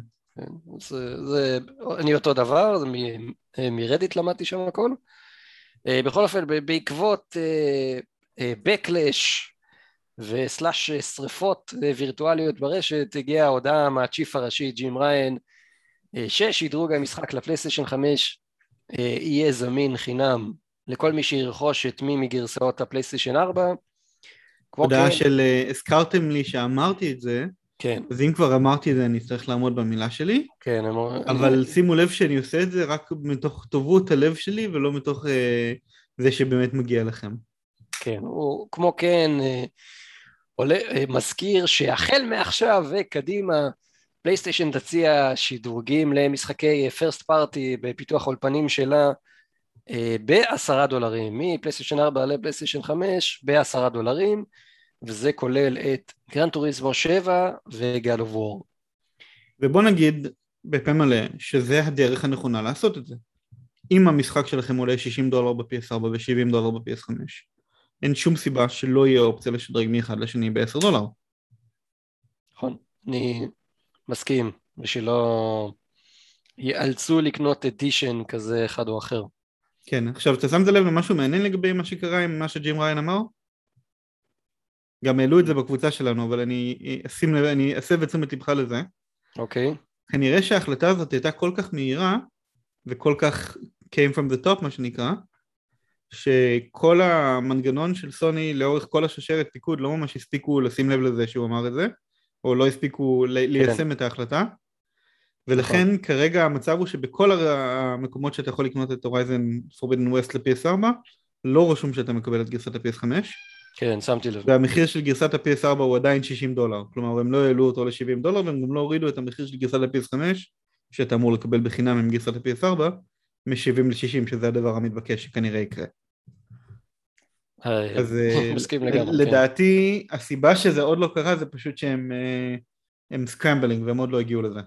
אני אותו דבר, מרדיט למדתי שם הכל. בכל אופן, בעקבות Backlash וסלאש שריפות וירטואליות ברשת, הגיעה ההודעה מהצ'יף הראשי ג'ים ריין, ששדרוג המשחק לפלייסטיישן חמש יהיה זמין חינם לכל מי שירכוש את מי מגרסאות הפלייסטיישן ארבע. הודעה של הזכרתם לי שאמרתי את זה, כן. אז אם כבר אמרתי את זה אני צריך לעמוד במילה שלי, כן, אבל אני... שימו לב שאני עושה את זה רק מתוך טובות הלב שלי ולא מתוך אה, זה שבאמת מגיע לכם. כן, הוא כמו כן אה, עולה, אה, מזכיר שהחל מעכשיו וקדימה פלייסטיישן תציע שדרוגים למשחקי פרסט פארטי בפיתוח אולפנים שלה אה, בעשרה דולרים, מפלייסטיישן ארבע לפלייסטיישן חמש בעשרה דולרים, וזה כולל את גרן טוריזמו שבע וגד אוף וור. ובוא נגיד בפה מלא שזה הדרך הנכונה לעשות את זה. אם המשחק שלכם עולה שישים דולר ב-פי אס ארבע ו-שבעים דולר ב-פי אס חמש, אין שום סיבה שלא יהיה אופציה לשדרג מאחד לשני ב-עשרה דולר. נכון, אני מסכים, ושלא יאלצו לקנות אדישן כזה אחד או אחר. כן, עכשיו אתה שמת לב למשהו מעניין לגבי מה שקרה עם מה שג'ים ריין אמר? גם העלו את זה בקבוצה שלנו, אבל אני אשים לב, אני אעשה בתשומת לבך לזה. אוקיי. כנראה שההחלטה הזאת הייתה כל כך מהירה, וכל כך came from the top מה שנקרא, שכל המנגנון של סוני לאורך כל השושרת פיקוד לא ממש הספיקו לשים לב לזה שהוא אמר את זה, או לא הספיקו ליישם את ההחלטה, ולכן כרגע המצב הוא שבכל המקומות שאתה יכול לקנות את Horizon Forbidden West ל-פי אס ארבע, לא רשום שאתה מקבל את גרסת ה-פי אס חמש. כן, שמתי לב. והמחיר של גרסת ה-פי אס ארבע הוא עדיין שישים דולר, כלומר הם לא העלו אותו ל-שבעים דולר, והם גם לא הורידו את המחיר של גרסת ה-פי אס חמש, שאתה אמור לקבל בחינם עם גרסת ה-פי אס ארבע, מ-שבעים ל-שישים, שזה הדבר המתבקש שכנראה יקרה. אז לדעתי, הסיבה שזה עוד לא קרה, זה פשוט שהם הם סקרמבלינג, והם עוד לא הגיעו לזה.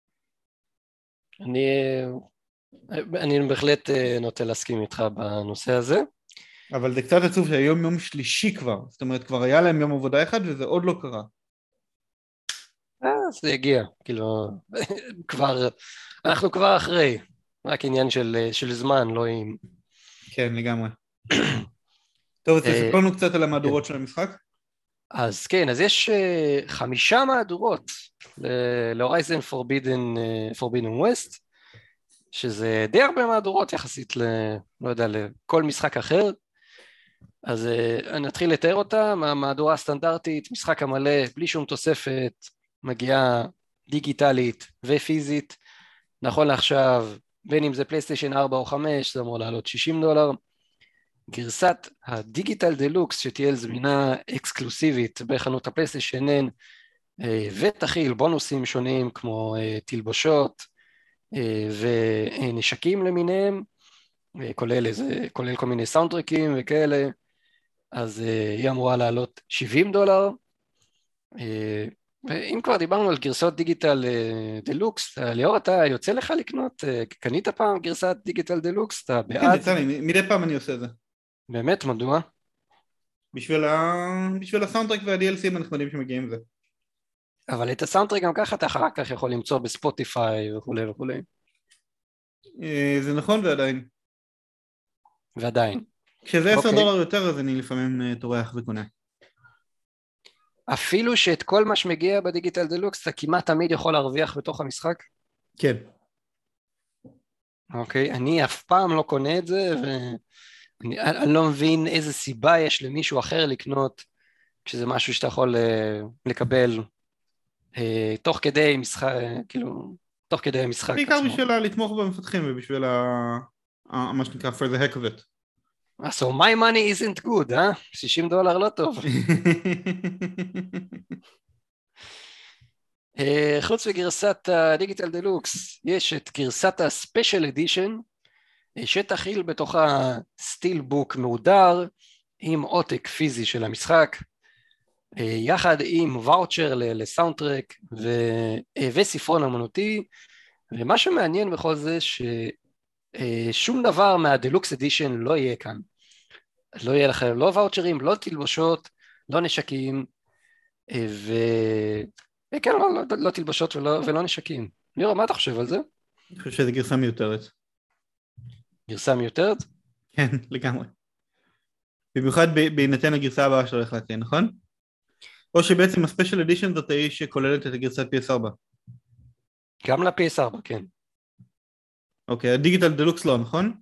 אני, אני בהחלט נוטה להסכים איתך בנושא הזה. אבל זה קצת עצוב שהיום יום שלישי כבר, זאת אומרת כבר היה להם יום עבודה אחד וזה עוד לא קרה. אה, זה הגיע, כאילו, כבר, אנחנו כבר אחרי, רק עניין של, של זמן, לא עם... כן, לגמרי. טוב, אז תספר לנו קצת על המהדורות של המשחק. אז כן, אז יש חמישה מהדורות ל-Horizon Forbidden, Forbidden West, שזה די הרבה מהדורות יחסית ל... לא יודע, לכל משחק אחר. אז אני אתחיל לתאר אותה, מהמהדורה הסטנדרטית, משחק המלא, בלי שום תוספת, מגיעה דיגיטלית ופיזית, נכון לעכשיו, בין אם זה פלייסטיישן ארבע או חמש, זה אמור לעלות שישים דולר, גרסת הדיגיטל דלוקס שתהיה זמינה אקסקלוסיבית בחנות הפלייסטיישן N, ותכיל בונוסים שונים כמו תלבושות ונשקים למיניהם, כולל, איזה, כולל כל מיני סאונדטרקים וכאלה, אז היא אמורה לעלות שבעים דולר, ואם כבר דיברנו על גרסאות דיגיטל דלוקס, ליאור, אתה יוצא לך לקנות, קנית פעם גרסת דיגיטל דלוקס, אתה בעד? כן, יצא לי, מדי פעם אני עושה את זה. באמת, מדוע? בשביל, ה... בשביל הסאונדטרק וה-די אל סי הנחמדים שמגיעים עם זה. אבל את הסאונדטרק גם ככה אתה אחר כך יכול למצוא בספוטיפיי וכו' וכו'. זה נכון ועדיין. ועדיין. כשזה עשרה דולר יותר אז אני לפעמים טורח וקונה. אפילו שאת כל מה שמגיע בדיגיטל דלוקס אתה כמעט תמיד יכול להרוויח בתוך המשחק? כן. אוקיי, אני אף פעם לא קונה את זה, ואני אני לא מבין איזה סיבה יש למישהו אחר לקנות, כשזה משהו שאתה יכול לקבל אה, תוך כדי משחק, כאילו, תוך כדי המשחק. בעיקר בשביל לתמוך במפתחים ובשביל ה... מה שנקרא for the heck of it. So my money isn't good, אה? שישים דולר לא טוב. חוץ מגרסת הדיגיטל דלוקס, יש את גרסת הספיישל אדישן, שתכיל בתוכה סטיל בוק מהודר, עם עותק פיזי של המשחק, יחד עם ואוצ'ר לסאונדטרק וספרון אמנותי, ומה שמעניין בכל זה ששום דבר מהדלוקס אדישן לא יהיה כאן. לא יהיה לכם לא ואוצ'רים, לא תלבושות, לא נשקים, ו... כן, לא, לא, לא תלבושות ולא, ולא נשקים. ליאור, מה אתה חושב על זה? אני חושב שזו גרסה מיותרת. גרסה מיותרת? כן, לגמרי. במיוחד בהינתן הגרסה הבאה שלא החלטתי, נכון? או שבעצם הספיישל אדישן זאת היא שכוללת את הגרסת פי אס ארבע. גם ל-פי אס ארבע, כן. אוקיי, הדיגיטל דלוקס לא, נכון?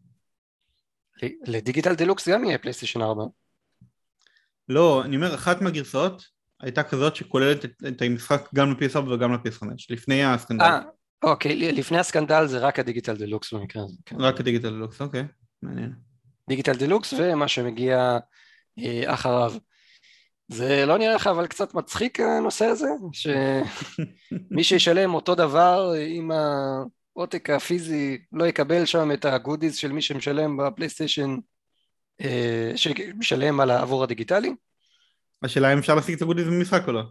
לדיגיטל דלוקס גם יהיה פלייסטיישן ארבע. לא, אני אומר, אחת מהגרסאות הייתה כזאת שכוללת את, את המשחק גם ל-פי אס ארבע וגם ל-פי אס חמש, לפני הסקנדל. אה, אוקיי, לפני הסקנדל זה רק הדיגיטל דלוקס במקרה הזה. כן. רק הדיגיטל דלוקס, אוקיי, מעניין. דיגיטל דלוקס ומה שמגיע אה, אחריו. זה לא נראה לך אבל קצת מצחיק הנושא הזה? שמי שישלם אותו דבר עם העותק הפיזי לא יקבל שם את הגודיז של מי שמשלם בפלייסטיישן, אה, שמשלם על העבור הדיגיטלי? השאלה אם אפשר להשיג את הגודיז במשחק או לא?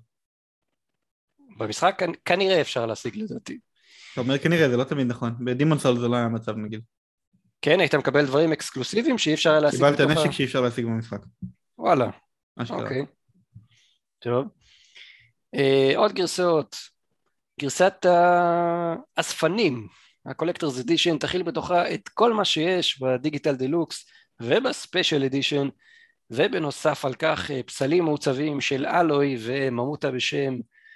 במשחק כנראה אפשר להשיג לדעתי. אתה אומר כנראה, זה לא תמיד נכון. בדימון סול זה לא היה מצב נגיד. כן, היית מקבל דברים אקסקלוסיביים שאי אפשר להשיג בתוכה? קיבלת נשק שאי אפשר להשיג במשחק. וואלה, אוקיי. טוב. Uh, עוד גרסאות. גרסת האספנים, הקולקטורס אדישן, תכיל בתוכה את כל מה שיש בדיגיטל דלוקס ובספיישל אדישן, ובנוסף על כך פסלים מעוצבים של אלוי וממותה בשם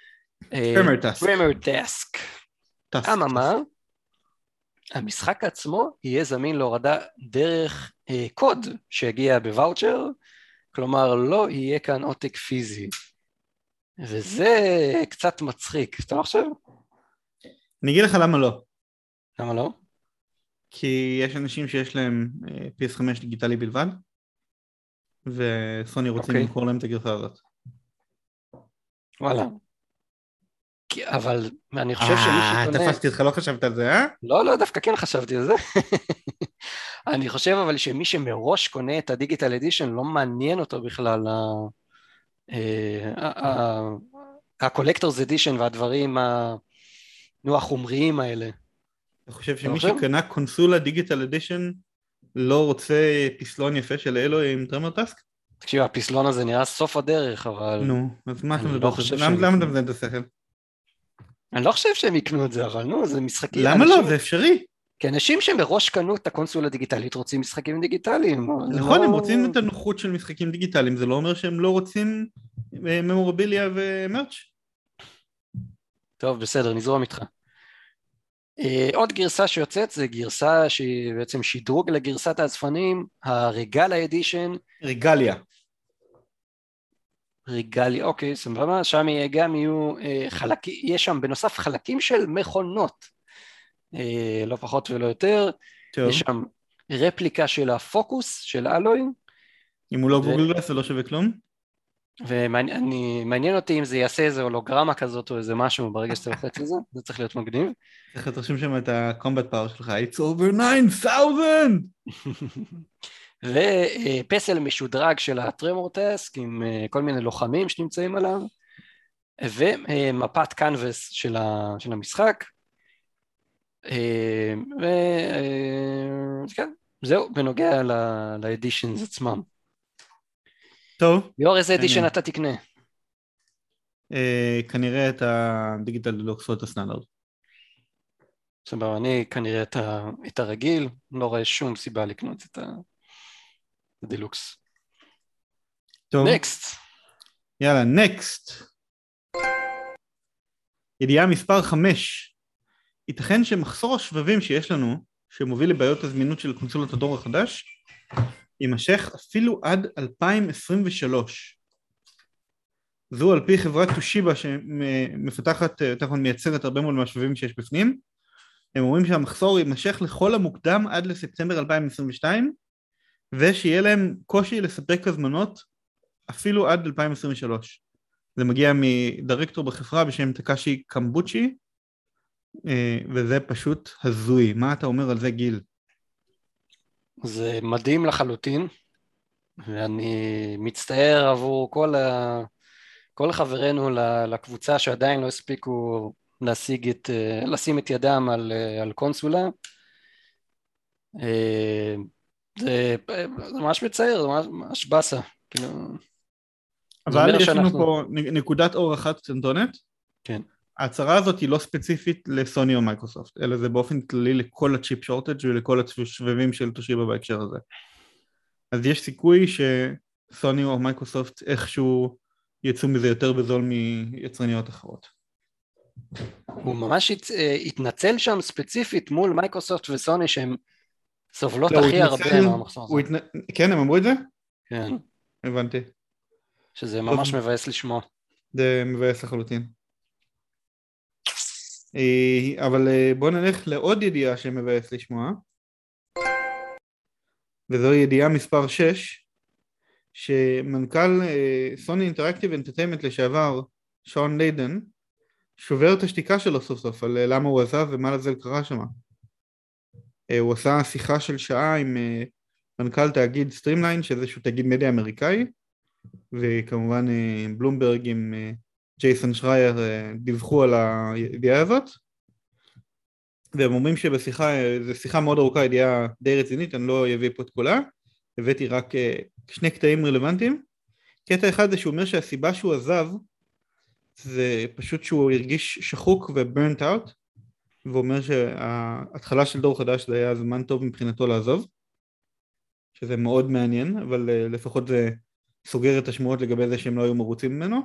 פרמרטסק. אממה, המשחק עצמו יהיה זמין להורדה דרך uh, קוד שהגיע בוואוצ'ר, כלומר לא יהיה כאן עותק פיזי. וזה קצת מצחיק, אתה לא חושב? אני אגיד לך למה לא. למה לא? כי יש אנשים שיש להם פי אס חמש דיגיטלי בלבד, וסוני רוצים למכור להם את הגרסה הזאת. וואלה. אבל אני חושב שמי שקונה... תפסתי אותך, לא חשבת על זה, אה? לא, לא, דווקא כן חשבתי על זה. אני חושב אבל שמי שמראש קונה את הדיגיטל אדישן לא מעניין אותו בכלל הקולקטורס אדישן והדברים החומריים האלה. אתה חושב שמי שקנה קונסולה דיגיטל אדישן לא רוצה פסלון יפה של אלוי עם טרמרטסק? תקשיב, הפסלון הזה נראה סוף הדרך, אבל... נו, אז מה אתה מדבר? למה אתה מזיין את השכל? אני לא חושב שהם יקנו את זה, אבל נו, זה משחקים... למה לא? זה אפשרי. כי אנשים שמראש קנו את הקונסולה הדיגיטלית רוצים משחקים דיגיטליים. נכון, הם רוצים את הנוחות של משחקים דיגיטליים, זה לא אומר שהם לא רוצים ממורביליה ומרץ'. טוב, בסדר, נזרום איתך. עוד גרסה שיוצאת זה גרסה שהיא בעצם שדרוג לגרסת האספנים, הרגליה אדישן. רגליה. רגליה, אוקיי, סבבה, שם גם יהיו חלקים, יש שם בנוסף חלקים של מכונות, לא פחות ולא יותר. טוב. יש שם רפליקה של הפוקוס של אלוי. אם הוא לא ו... גוגל גלאס זה לא שווה כלום? ומעניין אותי אם זה יעשה איזה הולוגרמה כזאת או איזה משהו ברגע שאתה לוחץ את זה, זה צריך להיות מגניב. צריך לתרשם שם את הקומבט פאוור שלך, It's over nine thousand! ופסל משודרג של הטרמורטסק עם כל מיני לוחמים שנמצאים עליו, ומפת קנבס של המשחק, וכן, זהו, בנוגע לאדישנס עצמם. טוב. ליאור, איזה אדישן אתה תקנה? כנראה את הדיגיטל דלוקס או את הסטנדרט. סבבה, אני כנראה את הרגיל, לא רואה שום סיבה לקנות את הדלוקס. טוב. נקסט. יאללה, נקסט. ידיעה מספר חמש. ייתכן שמחסור השבבים שיש לנו, שמוביל לבעיות הזמינות של קונסולות הדור החדש, יימשך אפילו עד אלפיים עשרים ושלוש. זו על פי חברת טושיבה שמפתחת, תכף מייצרת הרבה מאוד מהשבבים שיש בפנים. הם אומרים שהמחסור יימשך לכל המוקדם עד לספטמבר אלפיים עשרים ושתיים, ושיהיה להם קושי לספק הזמנות אפילו עד אלפיים עשרים ושלוש. זה מגיע מדירקטור בחברה בשם טקאשי קמבוצ'י, וזה פשוט הזוי. מה אתה אומר על זה, גיל? זה מדהים לחלוטין, ואני מצטער עבור כל, ה... כל חברינו לקבוצה שעדיין לא הספיקו להשיג את, לשים את ידם על, על קונסולה. זה, זה ממש מצער, זה ממש בסה. כאילו... אבל יש לנו פה נקודת אור אחת קטנטונת. כן. ההצהרה הזאת היא לא ספציפית לסוני או מייקרוסופט, אלא זה באופן כללי לכל הצ'יפ שורטג' ולכל השבבים של טושיבה בהקשר הזה. אז יש סיכוי שסוני או מייקרוסופט איכשהו יצאו מזה יותר בזול מיצרניות אחרות. הוא ממש הת, התנצל שם ספציפית מול מייקרוסופט וסוני שהם סובלות לא, הכי הרבה מהמחסור הזה. התנ... כן, הם אמרו את זה? כן. הבנתי. שזה ממש טוב. מבאס לשמוע. זה מבאס לחלוטין. אבל בוא נלך לעוד ידיעה שמבאס לשמוע. וזו ידיעה מספר שש, שמנכ"ל סוני אינטראקטיב אנטרטיימנט לשעבר, שון ליידן, שובר את השתיקה שלו סוף סוף על למה הוא עזב ומה לזה קרה שם. הוא עשה שיחה של שעה עם מנכ"ל תאגיד סטרימליין, שזה איזשהו תאגיד מדיה אמריקאי, וכמובן בלומברג עם ג'ייסון שרייר דיווחו על הידיעה הזאת, והם אומרים שבשיחה, זו שיחה מאוד ארוכה, ידיעה די רצינית, אני לא אביא פה את כולה, הבאתי רק שני קטעים רלוונטיים. קטע אחד זה שהוא אומר שהסיבה שהוא עזב, זה פשוט שהוא הרגיש שחוק וברנט אאוט, והוא אומר שההתחלה של דור חדש זה היה זמן טוב מבחינתו לעזוב, שזה מאוד מעניין, אבל לפחות זה סוגר את השמועות לגבי זה שהם לא היו מרוצים ממנו.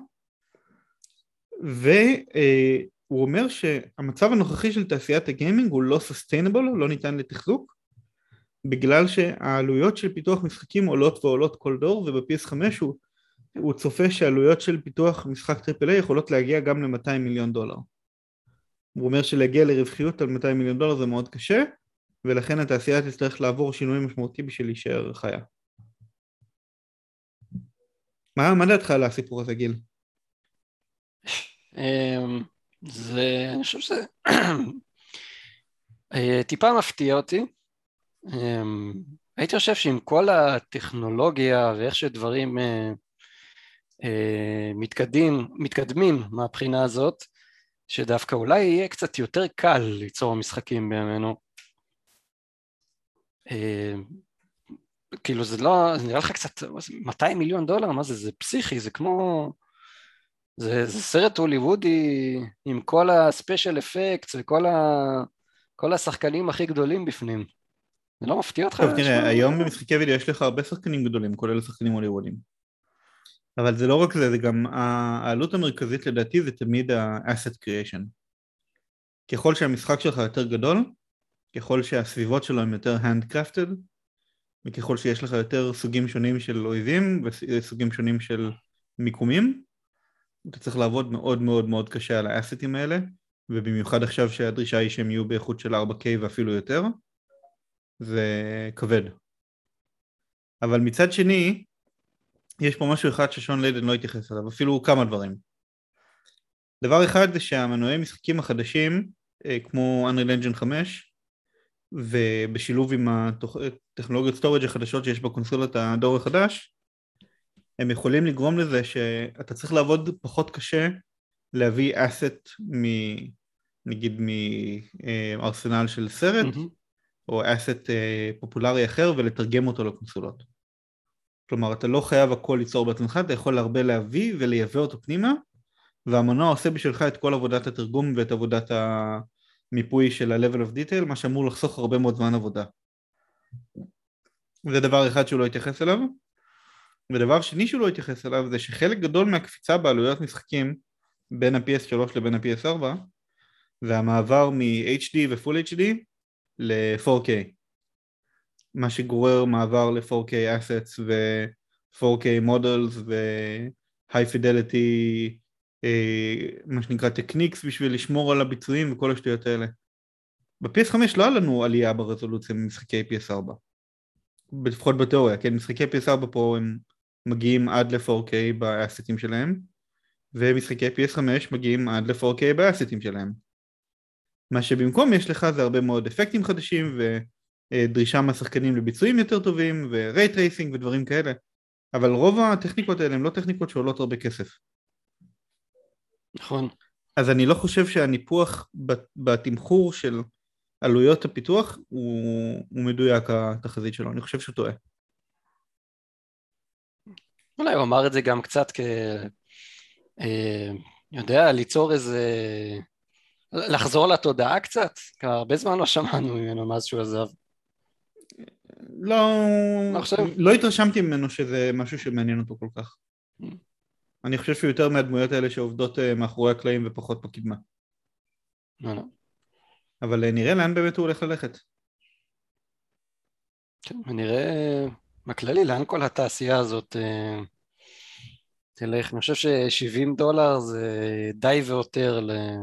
והוא אומר שהמצב הנוכחי של תעשיית הגיימינג הוא לא סוסטיינבל, לא ניתן לתחזוק, בגלל שהעלויות של פיתוח משחקים עולות ועולות כל דור, וב-פי אס חמש הוא, הוא צופה שהעלויות של פיתוח משחק טריפל איי יכולות להגיע גם ל-מאתיים מיליון דולר. הוא אומר שלהגיע לרווחיות על מאתיים מיליון דולר זה מאוד קשה, ולכן התעשייה תצטרך לעבור שינוי משמעותי בשביל להישאר חיה. מה, מה דעתך על הסיפור הזה, גיל? זה, אני חושב שזה טיפה מפתיע אותי. הייתי חושב שעם כל הטכנולוגיה ואיך שדברים מתקדמים, מתקדמים מהבחינה הזאת, שדווקא אולי יהיה קצת יותר קל ליצור משחקים בימינו. כאילו זה לא, זה נראה לך קצת, מאתיים מיליון דולר, מה זה, זה פסיכי, זה כמו, זה, זה סרט הוליוודי עם כל הספיישל אפקטס וכל ה, כל השחקנים הכי גדולים בפנים. זה לא מפתיע אותך? טוב, תראה, היום במשחקי וידאו יש לך הרבה שחקנים גדולים, כולל שחקנים הוליוודים. אבל זה לא רק זה, זה גם העלות המרכזית לדעתי זה תמיד ה-asset creation. ככל שהמשחק שלך יותר גדול, ככל שהסביבות שלו הם יותר handcrafted, וככל שיש לך יותר סוגים שונים של אויבים וסוגים שונים של מיקומים, אתה צריך לעבוד מאוד מאוד מאוד קשה על האסטים האלה, ובמיוחד עכשיו שהדרישה היא שהם יהיו באיכות של ארבע קיי ואפילו יותר, זה כבד. אבל מצד שני, יש פה משהו אחד ששון ליידן לא התייחס אליו, אפילו כמה דברים. דבר אחד זה שהמנועי משחקים החדשים, כמו Unreal Engine חמש, ובשילוב עם הטכנולוגיות סטורג' החדשות שיש בקונסולות הדור החדש, הם יכולים לגרום לזה שאתה צריך לעבוד פחות קשה להביא אסט מ... נגיד מארסנל של סרט, mm-hmm. או אסט פופולרי אחר ולתרגם אותו לקונסולות. כלומר, אתה לא חייב הכל ליצור בעצמך, אתה יכול הרבה להביא ולייבא אותו פנימה, והמנוע עושה בשבילך את כל עבודת התרגום ואת עבודת המיפוי של ה-level of detail, מה שאמור לחסוך הרבה מאוד זמן עבודה. זה דבר אחד שהוא לא התייחס אליו. ודבר שני שהוא לא התייחס אליו זה שחלק גדול מהקפיצה בעלויות משחקים בין ה-פי אס שלוש לבין ה-פי אס ארבע, זה המעבר מ-אייץ' די ו-Full אייץ' די ל-פור קיי. מה שגורר מעבר ל-פור קיי assets ו-פור קיי models ו-high fidelity, מה שנקרא techniques בשביל לשמור על הביצועים וכל השטויות האלה. ב-פי אס חמש לא היה לנו עלייה ברזולוציה ממשחקי פי אס ארבע. לפחות בתיאוריה, כן, משחקי פי אס ארבע פה הם מגיעים עד ל-פור קיי באסטים שלהם, ומשחקי פי אס חמש מגיעים עד ל-פור קיי באסטים שלהם. מה שבמקום יש לך זה הרבה מאוד אפקטים חדשים ו... דרישה מהשחקנים לביצועים יותר טובים ו-Ray Tracing ודברים כאלה, אבל רוב הטכניקות האלה הן לא טכניקות שעולות הרבה כסף. נכון. אז אני לא חושב שהניפוח בתמחור של עלויות הפיתוח הוא, הוא מדויק התחזית שלו, אני חושב שהוא טועה. אולי הוא אמר את זה גם קצת כ... יודע, ליצור איזה... לחזור לתודעה קצת, כי הרבה זמן לא שמענו ממנו מאז שהוא עזב. לא, לא התרשמתי ממנו שזה משהו שמעניין אותו כל כך. אני חושב שהוא יותר מהדמויות האלה שעובדות מאחורי הקלעים ופחות בקדמה. אבל נראה לאן באמת הוא הולך ללכת. כן, ונראה בכללי לאן כל התעשייה הזאת תלך. אני חושב ש-שבעים דולר זה די ויותר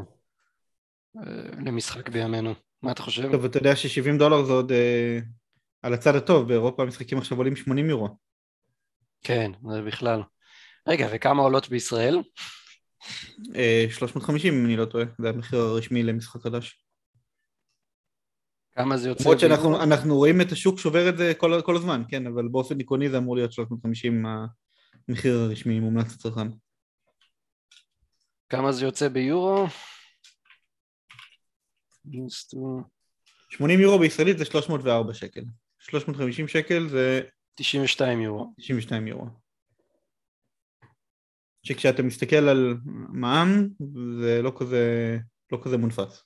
למשחק בימינו. מה אתה חושב? טוב, אתה יודע ש-שבעים דולר זה עוד אה, על הצד הטוב, באירופה המשחקים עכשיו עולים שמונים יורו. כן, זה בכלל. רגע, וכמה עולות בישראל? אה, שלוש מאות וחמישים אם אני לא טועה, זה המחיר הרשמי למשחק חדש. כמה זה יוצא למרות ביורו? שאנחנו אנחנו רואים את השוק שובר את זה כל, כל הזמן, כן, אבל באופן עקרוני זה אמור להיות שלוש מאות וחמישים המחיר הרשמי מומלץ לצרכן. כמה זה יוצא ביורו? שמונים יורו בישראלית זה שלוש מאות וארבע שקל. שלוש מאות וחמישים שקל זה תשעים ושתיים יורו. תשעים ושתיים יורו. שכשאתה מסתכל על מע"מ זה לא כזה, לא כזה מונפץ.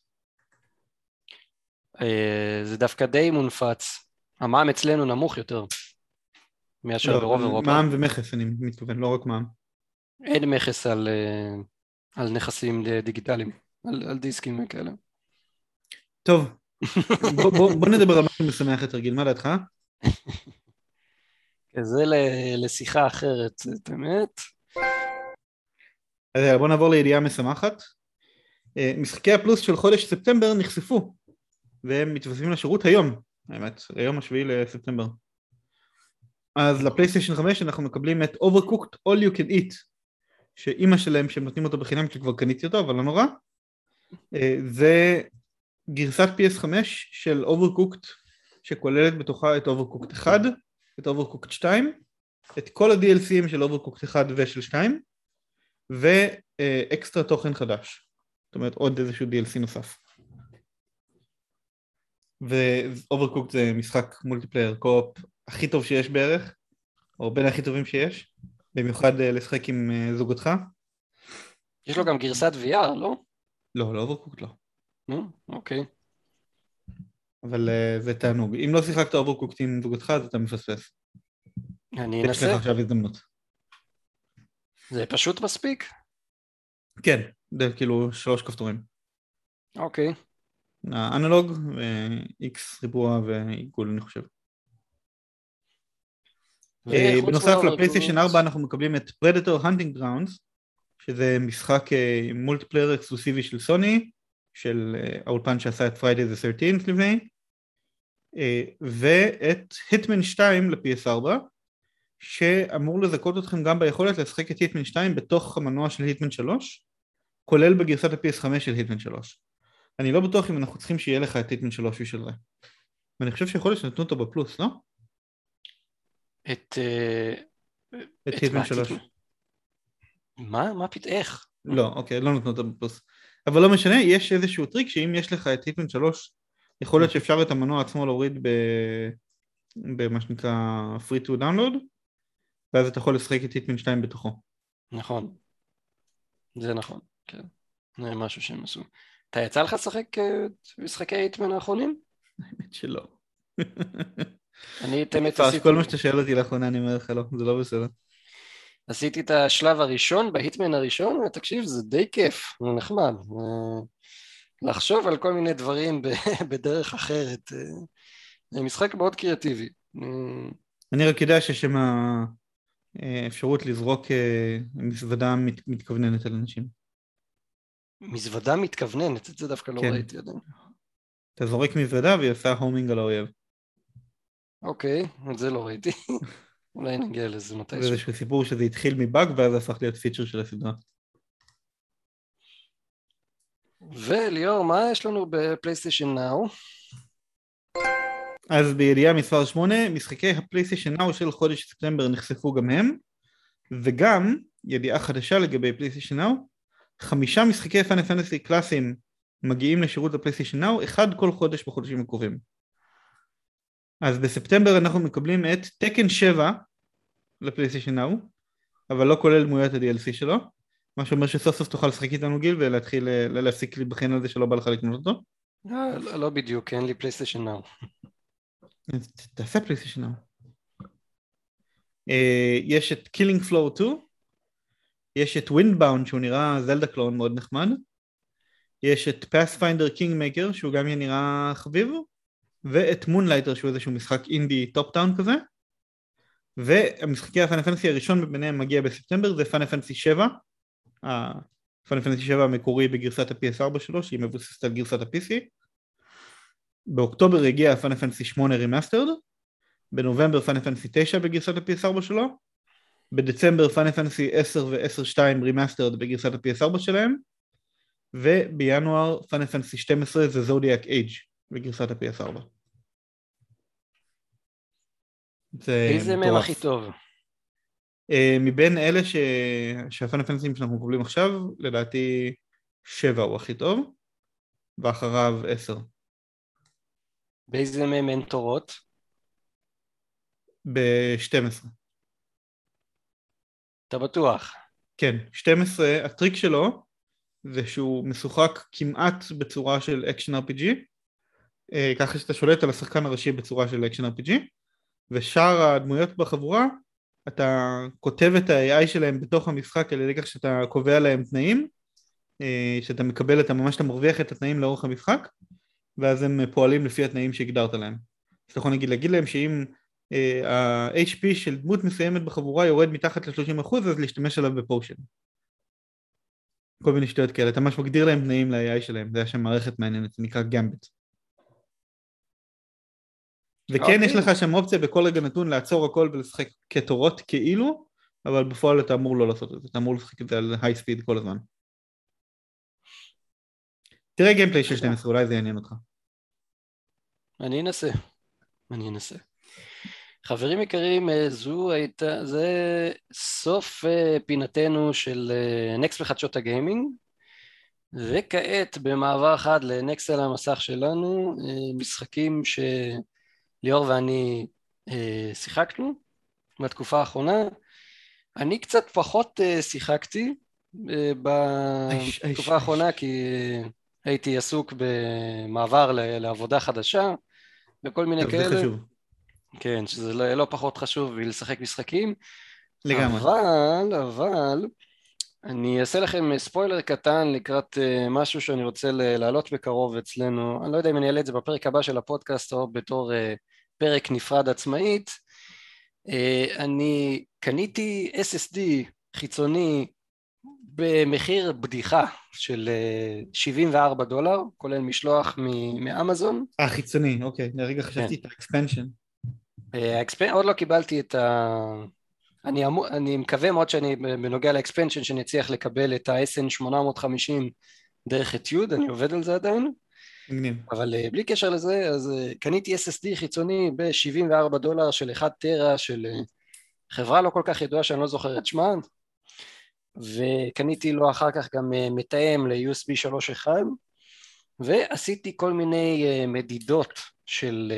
זה דווקא די מונפץ. המע"מ אצלנו נמוך יותר מאשר לא, ברוב אירופה. מע"מ ומכס אני מתכוון, לא רק מע"מ. אין מכס על, על נכסים דיגיטליים, על, על דיסקים וכאלה. טוב, בוא, בוא, בוא נדבר על משהו משמח יותר, גיל, מה דעתך? זה לשיחה אחרת, את האמת. אז בוא נעבור לידיעה משמחת. משחקי הפלוס של חודש ספטמבר נחשפו, והם מתווספים לשירות היום, האמת, היום השביעי לספטמבר. אז לפלייסטיישן חמש אנחנו מקבלים את Overcooked All You Can Eat, שאימא שלהם שהם נותנים אותו בחינם, שכבר קניתי אותו, אבל לא נורא. זה גרסת פי אס חמש של Overcooked, שכוללת בתוכה את Overcooked אחד, את Overcooked שתיים, את כל ה-די אל סי-ים של Overcooked אחד ושל שתיים, ואקסטרה תוכן חדש. זאת אומרת, עוד איזשהו די אל סי נוסף. ו-Overcooked זה משחק מולטיפלייר קו-אופ הכי טוב שיש בערך, או בין הכי טובים שיש, במיוחד לשחק עם זוגתך. יש לו גם גרסת וי אר, לא? לא, לא Overcooked לא. אוקיי. אבל זה תענוג. אם לא שיחקת Overcooked עם זוגתך, אז אתה מפספס. אני אנסה. יש לך עכשיו הזדמנות. זה פשוט מספיק? כן, זה כאילו שלוש כפתורים. אוקיי. האנלוג, X ריבוע ועיגול אני חושב. בנוסף לפלייסטיישן ארבע אנחנו מקבלים את Predator Hunting Grounds, שזה משחק מולטיפלייר אקסקלוסיבי של סוני, של האולפן שעשה את Friday the thirteenth לפני, ואת Hitman שתיים ל-פי אס ארבע, שאמור לזכות אתכם גם ביכולת לשחק את Hitman שתיים בתוך המנוע של Hitman שלוש, כולל בגרסת ה-פי אס חמש של Hitman שלוש. אני לא בטוח אם אנחנו צריכים שיהיה לך את Hitman שלוש ושל זה. ואני חושב שיכול להיות שנתנו אותו בפלוס, לא? את... את Hitman שלוש. מה? מה פתאום? איך? לא, אוקיי, לא נתנו אותו בפלוס. אבל לא משנה, יש איזשהו טריק שאם יש לך את Hitman שלוש, יכול להיות שאפשר את המנוע עצמו להוריד במה שנקרא free to download, ואז אתה יכול לשחק את Hitman שתיים בתוכו. נכון. זה נכון, כן. זה משהו שהם עשו. אתה יצא לך לשחק משחקי היטמן האחרונים? האמת שלא. אני תמת עשיתי... כל מה שאתה שואל אותי לאחרונה אני אומר לך לא, זה לא בסדר. עשיתי את השלב הראשון, בהיטמן הראשון, ותקשיב, זה די כיף, זה נחמד. לחשוב על כל מיני דברים בדרך אחרת. זה משחק מאוד קריאטיבי. אני רק יודע שיש שם אפשרות לזרוק מזוודה מתכווננת על אנשים. מזוודה מתכווננת, את זה דווקא לא ראיתי עדיין. אתה זורק מזוודה והיא עושה הומינג על האויב. אוקיי, את זה לא ראיתי. אולי נגיע לזה מתישהו. זה איזשהו סיפור שזה התחיל מבאג ואז הפך להיות פיצ'ר של הסדרה. וליאור, מה יש לנו בפלייסטיישן נאו? אז בידיעה מספר שמונה, משחקי הפלייסטיישן נאו של חודש ספטמבר נחשפו גם הם, וגם ידיעה חדשה לגבי פלייסטיישן נאו, חמישה משחקי פאנל פנטסי קלאסיים מגיעים לשירות הפלייסטיישן נאו, אחד כל חודש בחודשים הקרובים. אז בספטמבר אנחנו מקבלים את תקן שבע לפלייסטיישן נאו, אבל לא כולל דמויות ה-די אל סי שלו, מה שאומר שסוף סוף תוכל לשחק איתנו גיל ולהתחיל להפסיק להיבחן על זה שלא בא לך לקנות אותו. לא בדיוק, אין לי פלייסטיישן נאו. תעשה פלייסטיישן נאו. יש את Killing Floor two, יש את Windbound שהוא נראה זלדה קלון מאוד נחמד, יש את Pathfinder Kingmaker שהוא גם נראה חביב, ואת Moonlighter שהוא איזשהו משחק אינדי טופ טאון כזה, והמשחקי הפאנל פנטסי הראשון ביניהם מגיע בספטמבר, זה פאנל פנטסי שבע, פאנל פנטסי שבע המקורי בגרסת ה-פי אס ארבע שלו, שהיא מבוססת על גרסת ה-פי סי, באוקטובר הגיע פאנל פנטסי שמונה רימאסטרד, בנובמבר פאנל פנטסי תשע בגרסת ה-פי אס ארבע שלו, בדצמבר פאנל פנטסי עשר ו-עשר שתיים רימאסטרד בגרסת ה-פי אס ארבע שלהם, ובינואר פאנל פנטסי שתים עשרה זה זודיאק אייג' בגרסת ה-פי אס ארבע. איזה מהם הכי טוב? מבין אלה ש... שהפאנל פנטסים שאנחנו מקבלים עכשיו, לדעתי שבע הוא הכי טוב, ואחריו עשר. באיזה מהם אין תורות? ב-שתים עשרה. אתה בטוח? כן, שתים עשרה, הטריק שלו זה שהוא משוחק כמעט בצורה של אקשן אר פי ג'י, ככה שאתה שולט על השחקן הראשי בצורה של אקשן אר פי ג'י, ושאר הדמויות בחבורה, אתה כותב את ה-איי איי שלהם בתוך המשחק על ידי כך שאתה קובע להם תנאים, שאתה מקבל, אתה ממש אתה מרוויח את התנאים לאורך המשחק, ואז הם פועלים לפי התנאים שהגדרת להם. אז אתה יכול נגיד להגיד להם שאם ה-אייץ' פי של דמות מסוימת בחבורה יורד מתחת ל-שלושים אחוז, אז להשתמש עליו בפושן. כל מיני שטויות כאלה, אתה ממש מגדיר להם תנאים ל-איי איי שלהם, זה היה שם מערכת מעניינת, זה נקרא גמבט. וכן יש לך שם אופציה בכל רגע נתון לעצור הכל ולשחק כתורות כאילו, אבל בפועל אתה אמור לא לעשות את זה, אתה אמור לשחק את זה על היי ספיד כל הזמן. תראה גיימפליי של שתים עשרה, אולי זה יעניין אותך. אני אנסה, אני אנסה. חברים יקרים, זו הייתה, זה סוף פינתנו של נקסט בחדשות הגיימינג, וכעת במעבר אחד לנקסט על המסך שלנו, משחקים שליאור ואני שיחקנו בתקופה האחרונה. אני קצת פחות שיחקתי בתקופה האחרונה, כי הייתי עסוק במעבר לעבודה חדשה וכל מיני כאלה. זה חשוב. כן, שזה לא, לא פחות חשוב לשחק משחקים. לגמרי. אבל, אבל, אני אעשה לכם ספוילר קטן לקראת uh, משהו שאני רוצה להעלות בקרוב אצלנו. אני לא יודע אם אני אעלה את זה בפרק הבא של הפודקאסט או בתור uh, פרק נפרד עצמאית. Uh, אני קניתי אס אס די חיצוני במחיר בדיחה של uh, שבעים וארבעה דולר, כולל משלוח מאמזון. אה, חיצוני, אוקיי. לרגע חשבתי את האקספנשן. עוד לא קיבלתי את ה... אני, אמור, אני מקווה מאוד שאני בנוגע לאקספנשן שאני אצליח לקבל את ה-אס אן שמונה מאות וחמישים דרך אתיוד, אני עובד על זה עדיין. מגניב. אבל בלי קשר לזה, אז קניתי אס אס די חיצוני ב-שבעים וארבעה דולר של אחד טרה של חברה לא כל כך ידועה שאני לא זוכר את שמה, וקניתי לו אחר כך גם מתאם ל-יו אס בי שלוש נקודה אחת, ועשיתי כל מיני מדידות של...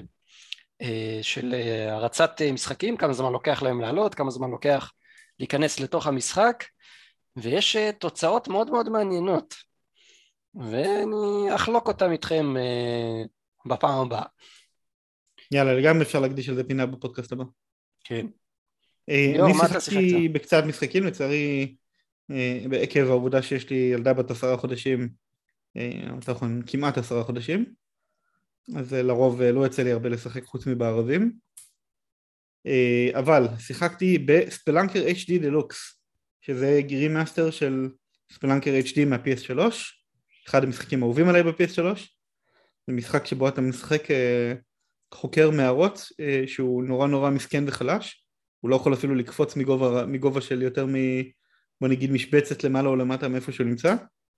של הרצת משחקים, כמה זמן לוקח להם לעלות, כמה זמן לוקח להיכנס לתוך המשחק, ויש תוצאות מאוד מאוד מעניינות, ואני אחלוק אותם איתכם בפעם הבאה. יאללה, גם אפשר להקדיש על זה פינה בפודקאסט הבא. כן. אני שיחקתי בקצת משחקים, לצערי, בעקב העובדה שיש לי ילדה בת עשרה חודשים, כמעט עשרה חודשים, אז לרוב לא יצא לי הרבה לשחק חוץ מבערבים, אבל שיחקתי בספלנקר אייץ' די דלוקס, שזה רימאסטר של ספלנקר אייץ' די מה-פי אס שלוש, אחד המשחקים האהובים עליי ב-פי אס שלוש, זה משחק שבו אתה משחק חוקר מערות, שהוא נורא נורא מסכן וחלש, הוא לא יכול אפילו לקפוץ מגובה, מגובה של יותר מ... בוא נגיד משבצת למעלה או למטה מאיפה שהוא נמצא,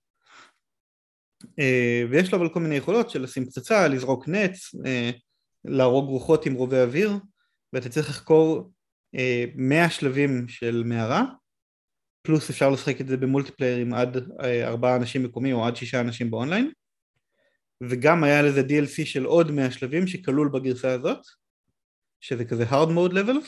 ויש לו אבל כל מיני יכולות של לשים פצצה, לזרוק נץ, להרוג רוחות עם רובי אוויר, ואתה צריך לחקור מאה שלבים של מערה, פלוס אפשר לשחק את זה במולטיפלייר עם עד ארבעה אנשים מקומיים או עד שישה אנשים באונליין, וגם היה לזה די אל סי של עוד מאה שלבים שכלול בגרסה הזאת, שזה כזה hard mode levels,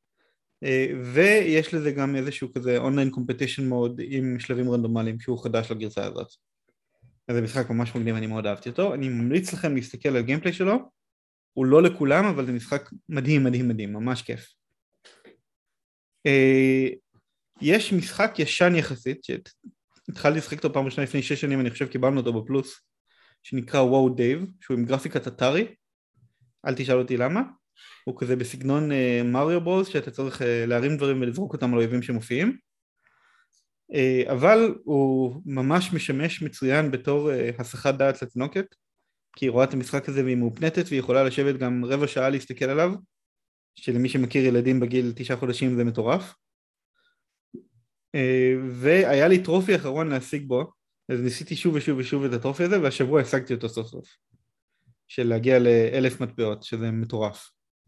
ויש לזה גם איזשהו כזה אונליין קומפטישן מוד עם שלבים רנדומליים שהוא חדש לגרסה הזאת. אז זה משחק ממש מגניב, אני מאוד אהבתי אותו, אני ממליץ לכם להסתכל על גיימפליי שלו, הוא לא לכולם, אבל זה משחק מדהים מדהים מדהים, ממש כיף. יש משחק ישן יחסית, שהתחלתי לשחק אותו פעם ראשונה לפני שש שנים, אני חושב קיבלנו אותו בפלוס, שנקרא וואו דייב, שהוא עם גרפיקת אטרי, אל תשאל אותי למה, הוא כזה בסגנון מריו בולס, שאתה צריך להרים דברים ולזרוק אותם על אויבים שמופיעים, אבל הוא ממש משמש מצוין בתור הסחת דעת לתינוקת, כי היא רואה את המשחק הזה והיא מאופנטת, והיא יכולה לשבת גם רבע שעה להסתכל עליו, שלמי שמכיר ילדים בגיל תשעה חודשים זה מטורף. והיה לי טרופי אחרון להשיג בו, אז ניסיתי שוב ושוב ושוב את הטרופי הזה, והשבוע השגתי אותו סוף סוף, של להגיע לאלף מטבעות, שזה מטורף.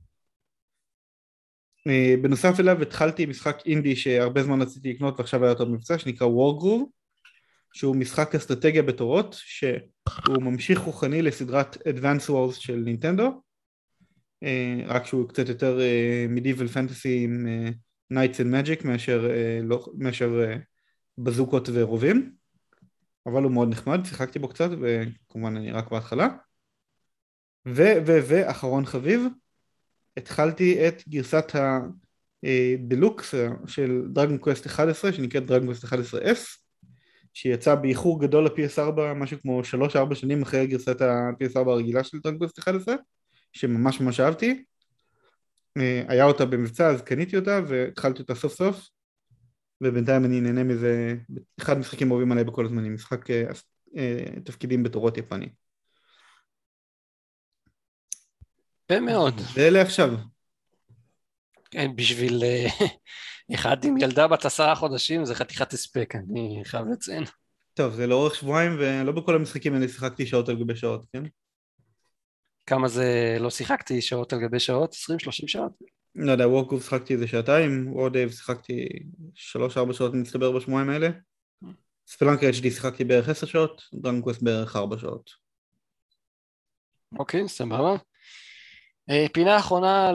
בנוסף אליו התחלתי משחק אינדי שהרבה זמן רציתי לקנות ועכשיו היה אותו מבצע, שנקרא Wargroove, שהוא משחק אסטרטגיה בתורות, שהוא ממשיך רוחני לסדרת Advance Wars של נינטנדו, רק שהוא קצת יותר medieval fantasy עם Knights and Magic מאשר, לא, מאשר בזוקות ורובים, אבל הוא מאוד נחמד, שיחקתי בו קצת וכמובן אני רק בהתחלה. ו ו ואחרון חביב, התחלתי את גרסת הדלוקס של דרגון קווסט אחת עשרה, שנקראת דרגון קווסט אחת עשרה אס, שיצא באיחור גדול ל-פי אס ארבע, משהו כמו שלוש ארבע שנים אחרי גרסת ה-פי אס ארבע הרגילה של דרגון קווסט אחת עשרה, שממש ממש אהבתי. היה אותה במבצע, אז קניתי אותה והתחלתי אותה סוף סוף, ובינתיים אני נהנה מזה, אחד משחקים אוהבים עליי בכל הזמנים, משחק תפקידים בתורות יפני. במאוד. ואלה עכשיו. כן, בשביל אחד עם ילדה בת עשרה חודשים, זה חתיכת הספק, אני חייב לציין. טוב, זה לאורך שבועיים, ולא בכל המשחקים האלה שיחקתי שעות על גבי שעות, כן? כמה זה לא שיחקתי שעות על גבי שעות? עשרים שלושים שעות? לא יודע, וורקוב שיחקתי איזה שעתיים, וורדייב שיחקתי שלוש ארבע שעות מצטבר בשבועיים האלה, ספלנקה אייץ' די שיחקתי בערך עשר שעות, דרגון קווסט בערך ארבע שעות. אוקיי, סבבה. פינה האחרונה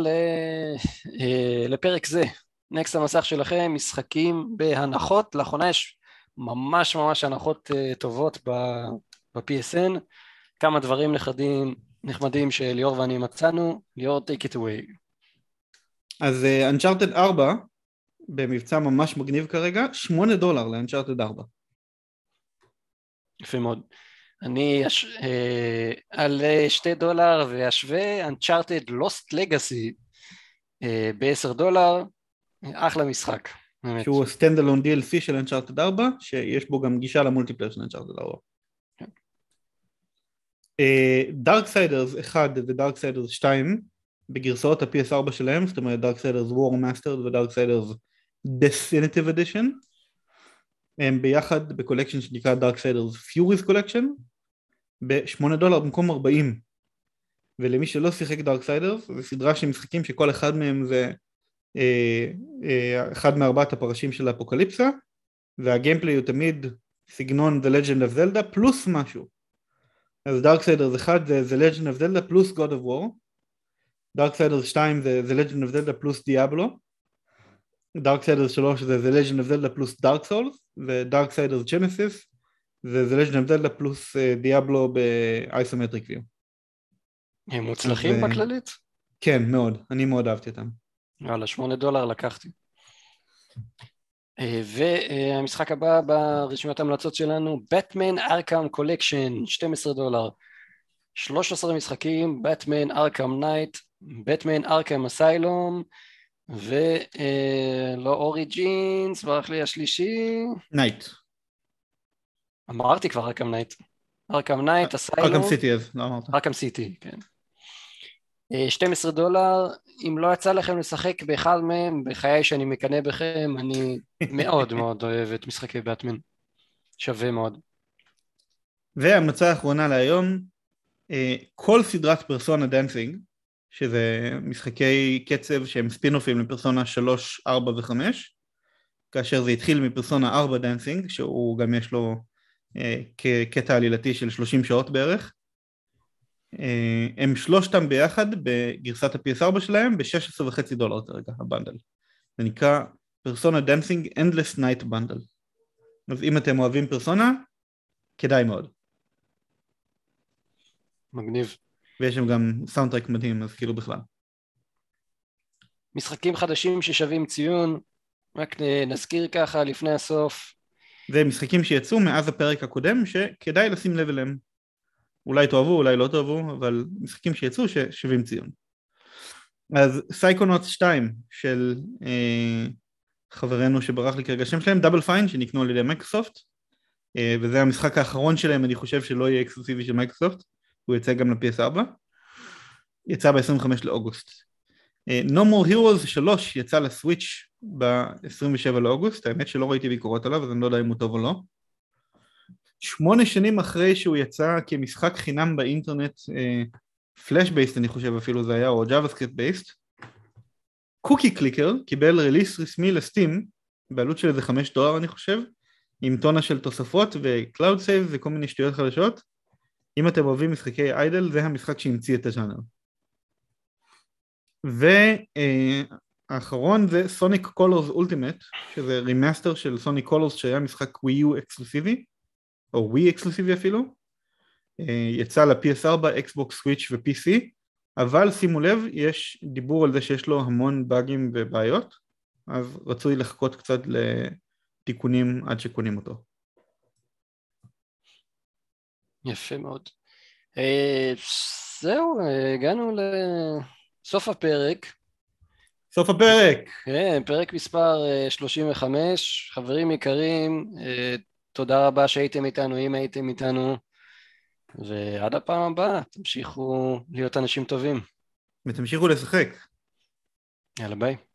לפרק זה, נקסט המסך שלכם, משחקים בהנחות, לאחרונה יש ממש ממש הנחות טובות ב-פי אס אן, כמה דברים נחמדים, נחמדים שליאור ואני מצאנו, ליאור take it away. אז Uncharted ארבע, במבצע ממש מגניב כרגע, שמונה דולר ל-Uncharted ארבע. יפה מאוד. אני אה, על שתי דולר והשווה Uncharted Lost Legacy אה, ב-עשר דולר, אחלה משחק. באמת. שהוא סטנדלון די אל סי של Uncharted ארבע, שיש בו גם גישה למולטיפלייר של Uncharted ארבע. Darksiders אחד ו-Darksiders שתיים, בגרסאות ה-פי אס ארבע שלהם, זאת אומרת Darksiders War Mastered ו-Darksiders Definitive Edition, הם ביחד בקולקשן שנקרא Darksiders Furies Collection, ב-שמונה דולר במקום ארבעים, ולמי שלא שיחק Darksiders, זה סדרה של משחקים שכל אחד מהם זה אה, אה, אחד מארבעת הפרשים של האפוקליפסה, והגיימפליי הוא תמיד סגנון The Legend of Zelda פלוס משהו. אז Darksiders אחד זה The Legend of Zelda פלוס God of War, Darksiders שתיים זה The Legend of Zelda פלוס Diablo, Darksiders שלוש זה The Legend of Zelda פלוס Dark Souls, ו-Darksiders Genesis זה The Legend of Zelda פלוס Diablo ב-Isometric View. הם מוצלחים ו... בכללית? כן, מאוד, אני מאוד אהבתי אותם. יאללה, שמונה דולר לקחתי. והמשחק הבא ברשימת המלצות שלנו, Batman Arkham Collection, שנים עשר דולר. שלושה עשר משחקים, Batman Arkham Knight, Batman Arkham Asylum, ולא אוריג'ינס, ברח לי השלישי. נייט. אמרתי כבר ארקאם נייט. ארקאם נייט, אסיילום. ארקאם סיטי, אז לא אמרת. ארקאם סיטי, כן. שנים עשר דולר, אם לא יצא לכם לשחק באחד מהם, בחיי שאני מקנה בכם, אני מאוד מאוד אוהב את משחקי באטמן. שווה מאוד. וההמלצה האחרונה להיום, כל סדרת פרסונה דנסינג, שזה משחקי קצב שהם ספינופים לפרסונה שלוש, ארבע וחמש, כאשר זה התחיל מפרסונה ארבע דנסינג, שהוא גם יש לו אה, כקטע עלילתי של שלושים שעות בערך, אה, הם שלושתם ביחד בגרסת ה-פי אס ארבע שלהם ב-שש עשרה וחצי דולר כרגע, הבנדל. זה נקרא פרסונה דנסינג Endless Night Bundle. אז אם אתם אוהבים פרסונה, כדאי מאוד. מגניב. ויש שם גם סאונדטרק מדהים, אז כאילו בכלל. משחקים חדשים ששווים ציון, רק נזכיר ככה לפני הסוף. זה משחקים שיצאו מאז הפרק הקודם שכדאי לשים לב אליהם. אולי תאהבו, אולי לא תאהבו, אבל משחקים שיצאו ששווים ציון. אז סייקונוטס שתיים של אה, חברנו שברח לי כרגע שם שלהם, דאבל פיין, שנקנו על ידי מייקרוסופט, אה, וזה המשחק האחרון שלהם, אני חושב שלא יהיה אקסקלוסיבי של מייקרוסופט, הוא יצא גם ל-פי אס ארבע, יצא ב-עשרים וחמישה לאוגוסט. אה, No More Heroes שלוש יצא לסוויץ' ב-עשרים ושבעה לאוגוסט, האמת שלא ראיתי ביקורות עליו, אז אני לא יודע אם הוא טוב או לא. שמונה שנים אחרי שהוא יצא כמשחק חינם באינטרנט, פלאש בייסט אני חושב אפילו זה היה, או ג'אווה-סקריפט בייסט, קוקי קליקר קיבל ריליס רשמי לסטים, בעלות של איזה חמש דולר אני חושב, עם טונה של תוספות וקלאוד סייב וכל מיני שטויות חדשות. אם אתם אוהבים משחקי איידל, זה המשחק שהמציא את הז'אנר. והאחרון זה סוניק קולורס אולטימט, שזה רימאסטר של סוניק קולורס שהיה משחק ווי יו אקסקלוסיבי, או ווי אקסקלוסיבי אפילו, יצא ל-פי אס ארבע, אקסבוקס, סוויץ' ו-פי סי, אבל שימו לב, יש דיבור על זה שיש לו המון באגים ובעיות, אז רצוי לחכות קצת לתיקונים עד שקונים אותו. יפה מאוד. זהו, הגענו לסוף הפרק. סוף הפרק! כן, פרק מספר שלושים וחמש, חברים יקרים, תודה רבה שהייתם איתנו, אם הייתם איתנו, ועד הפעם הבאה, תמשיכו להיות אנשים טובים. ותמשיכו לשחק. יאללה ביי.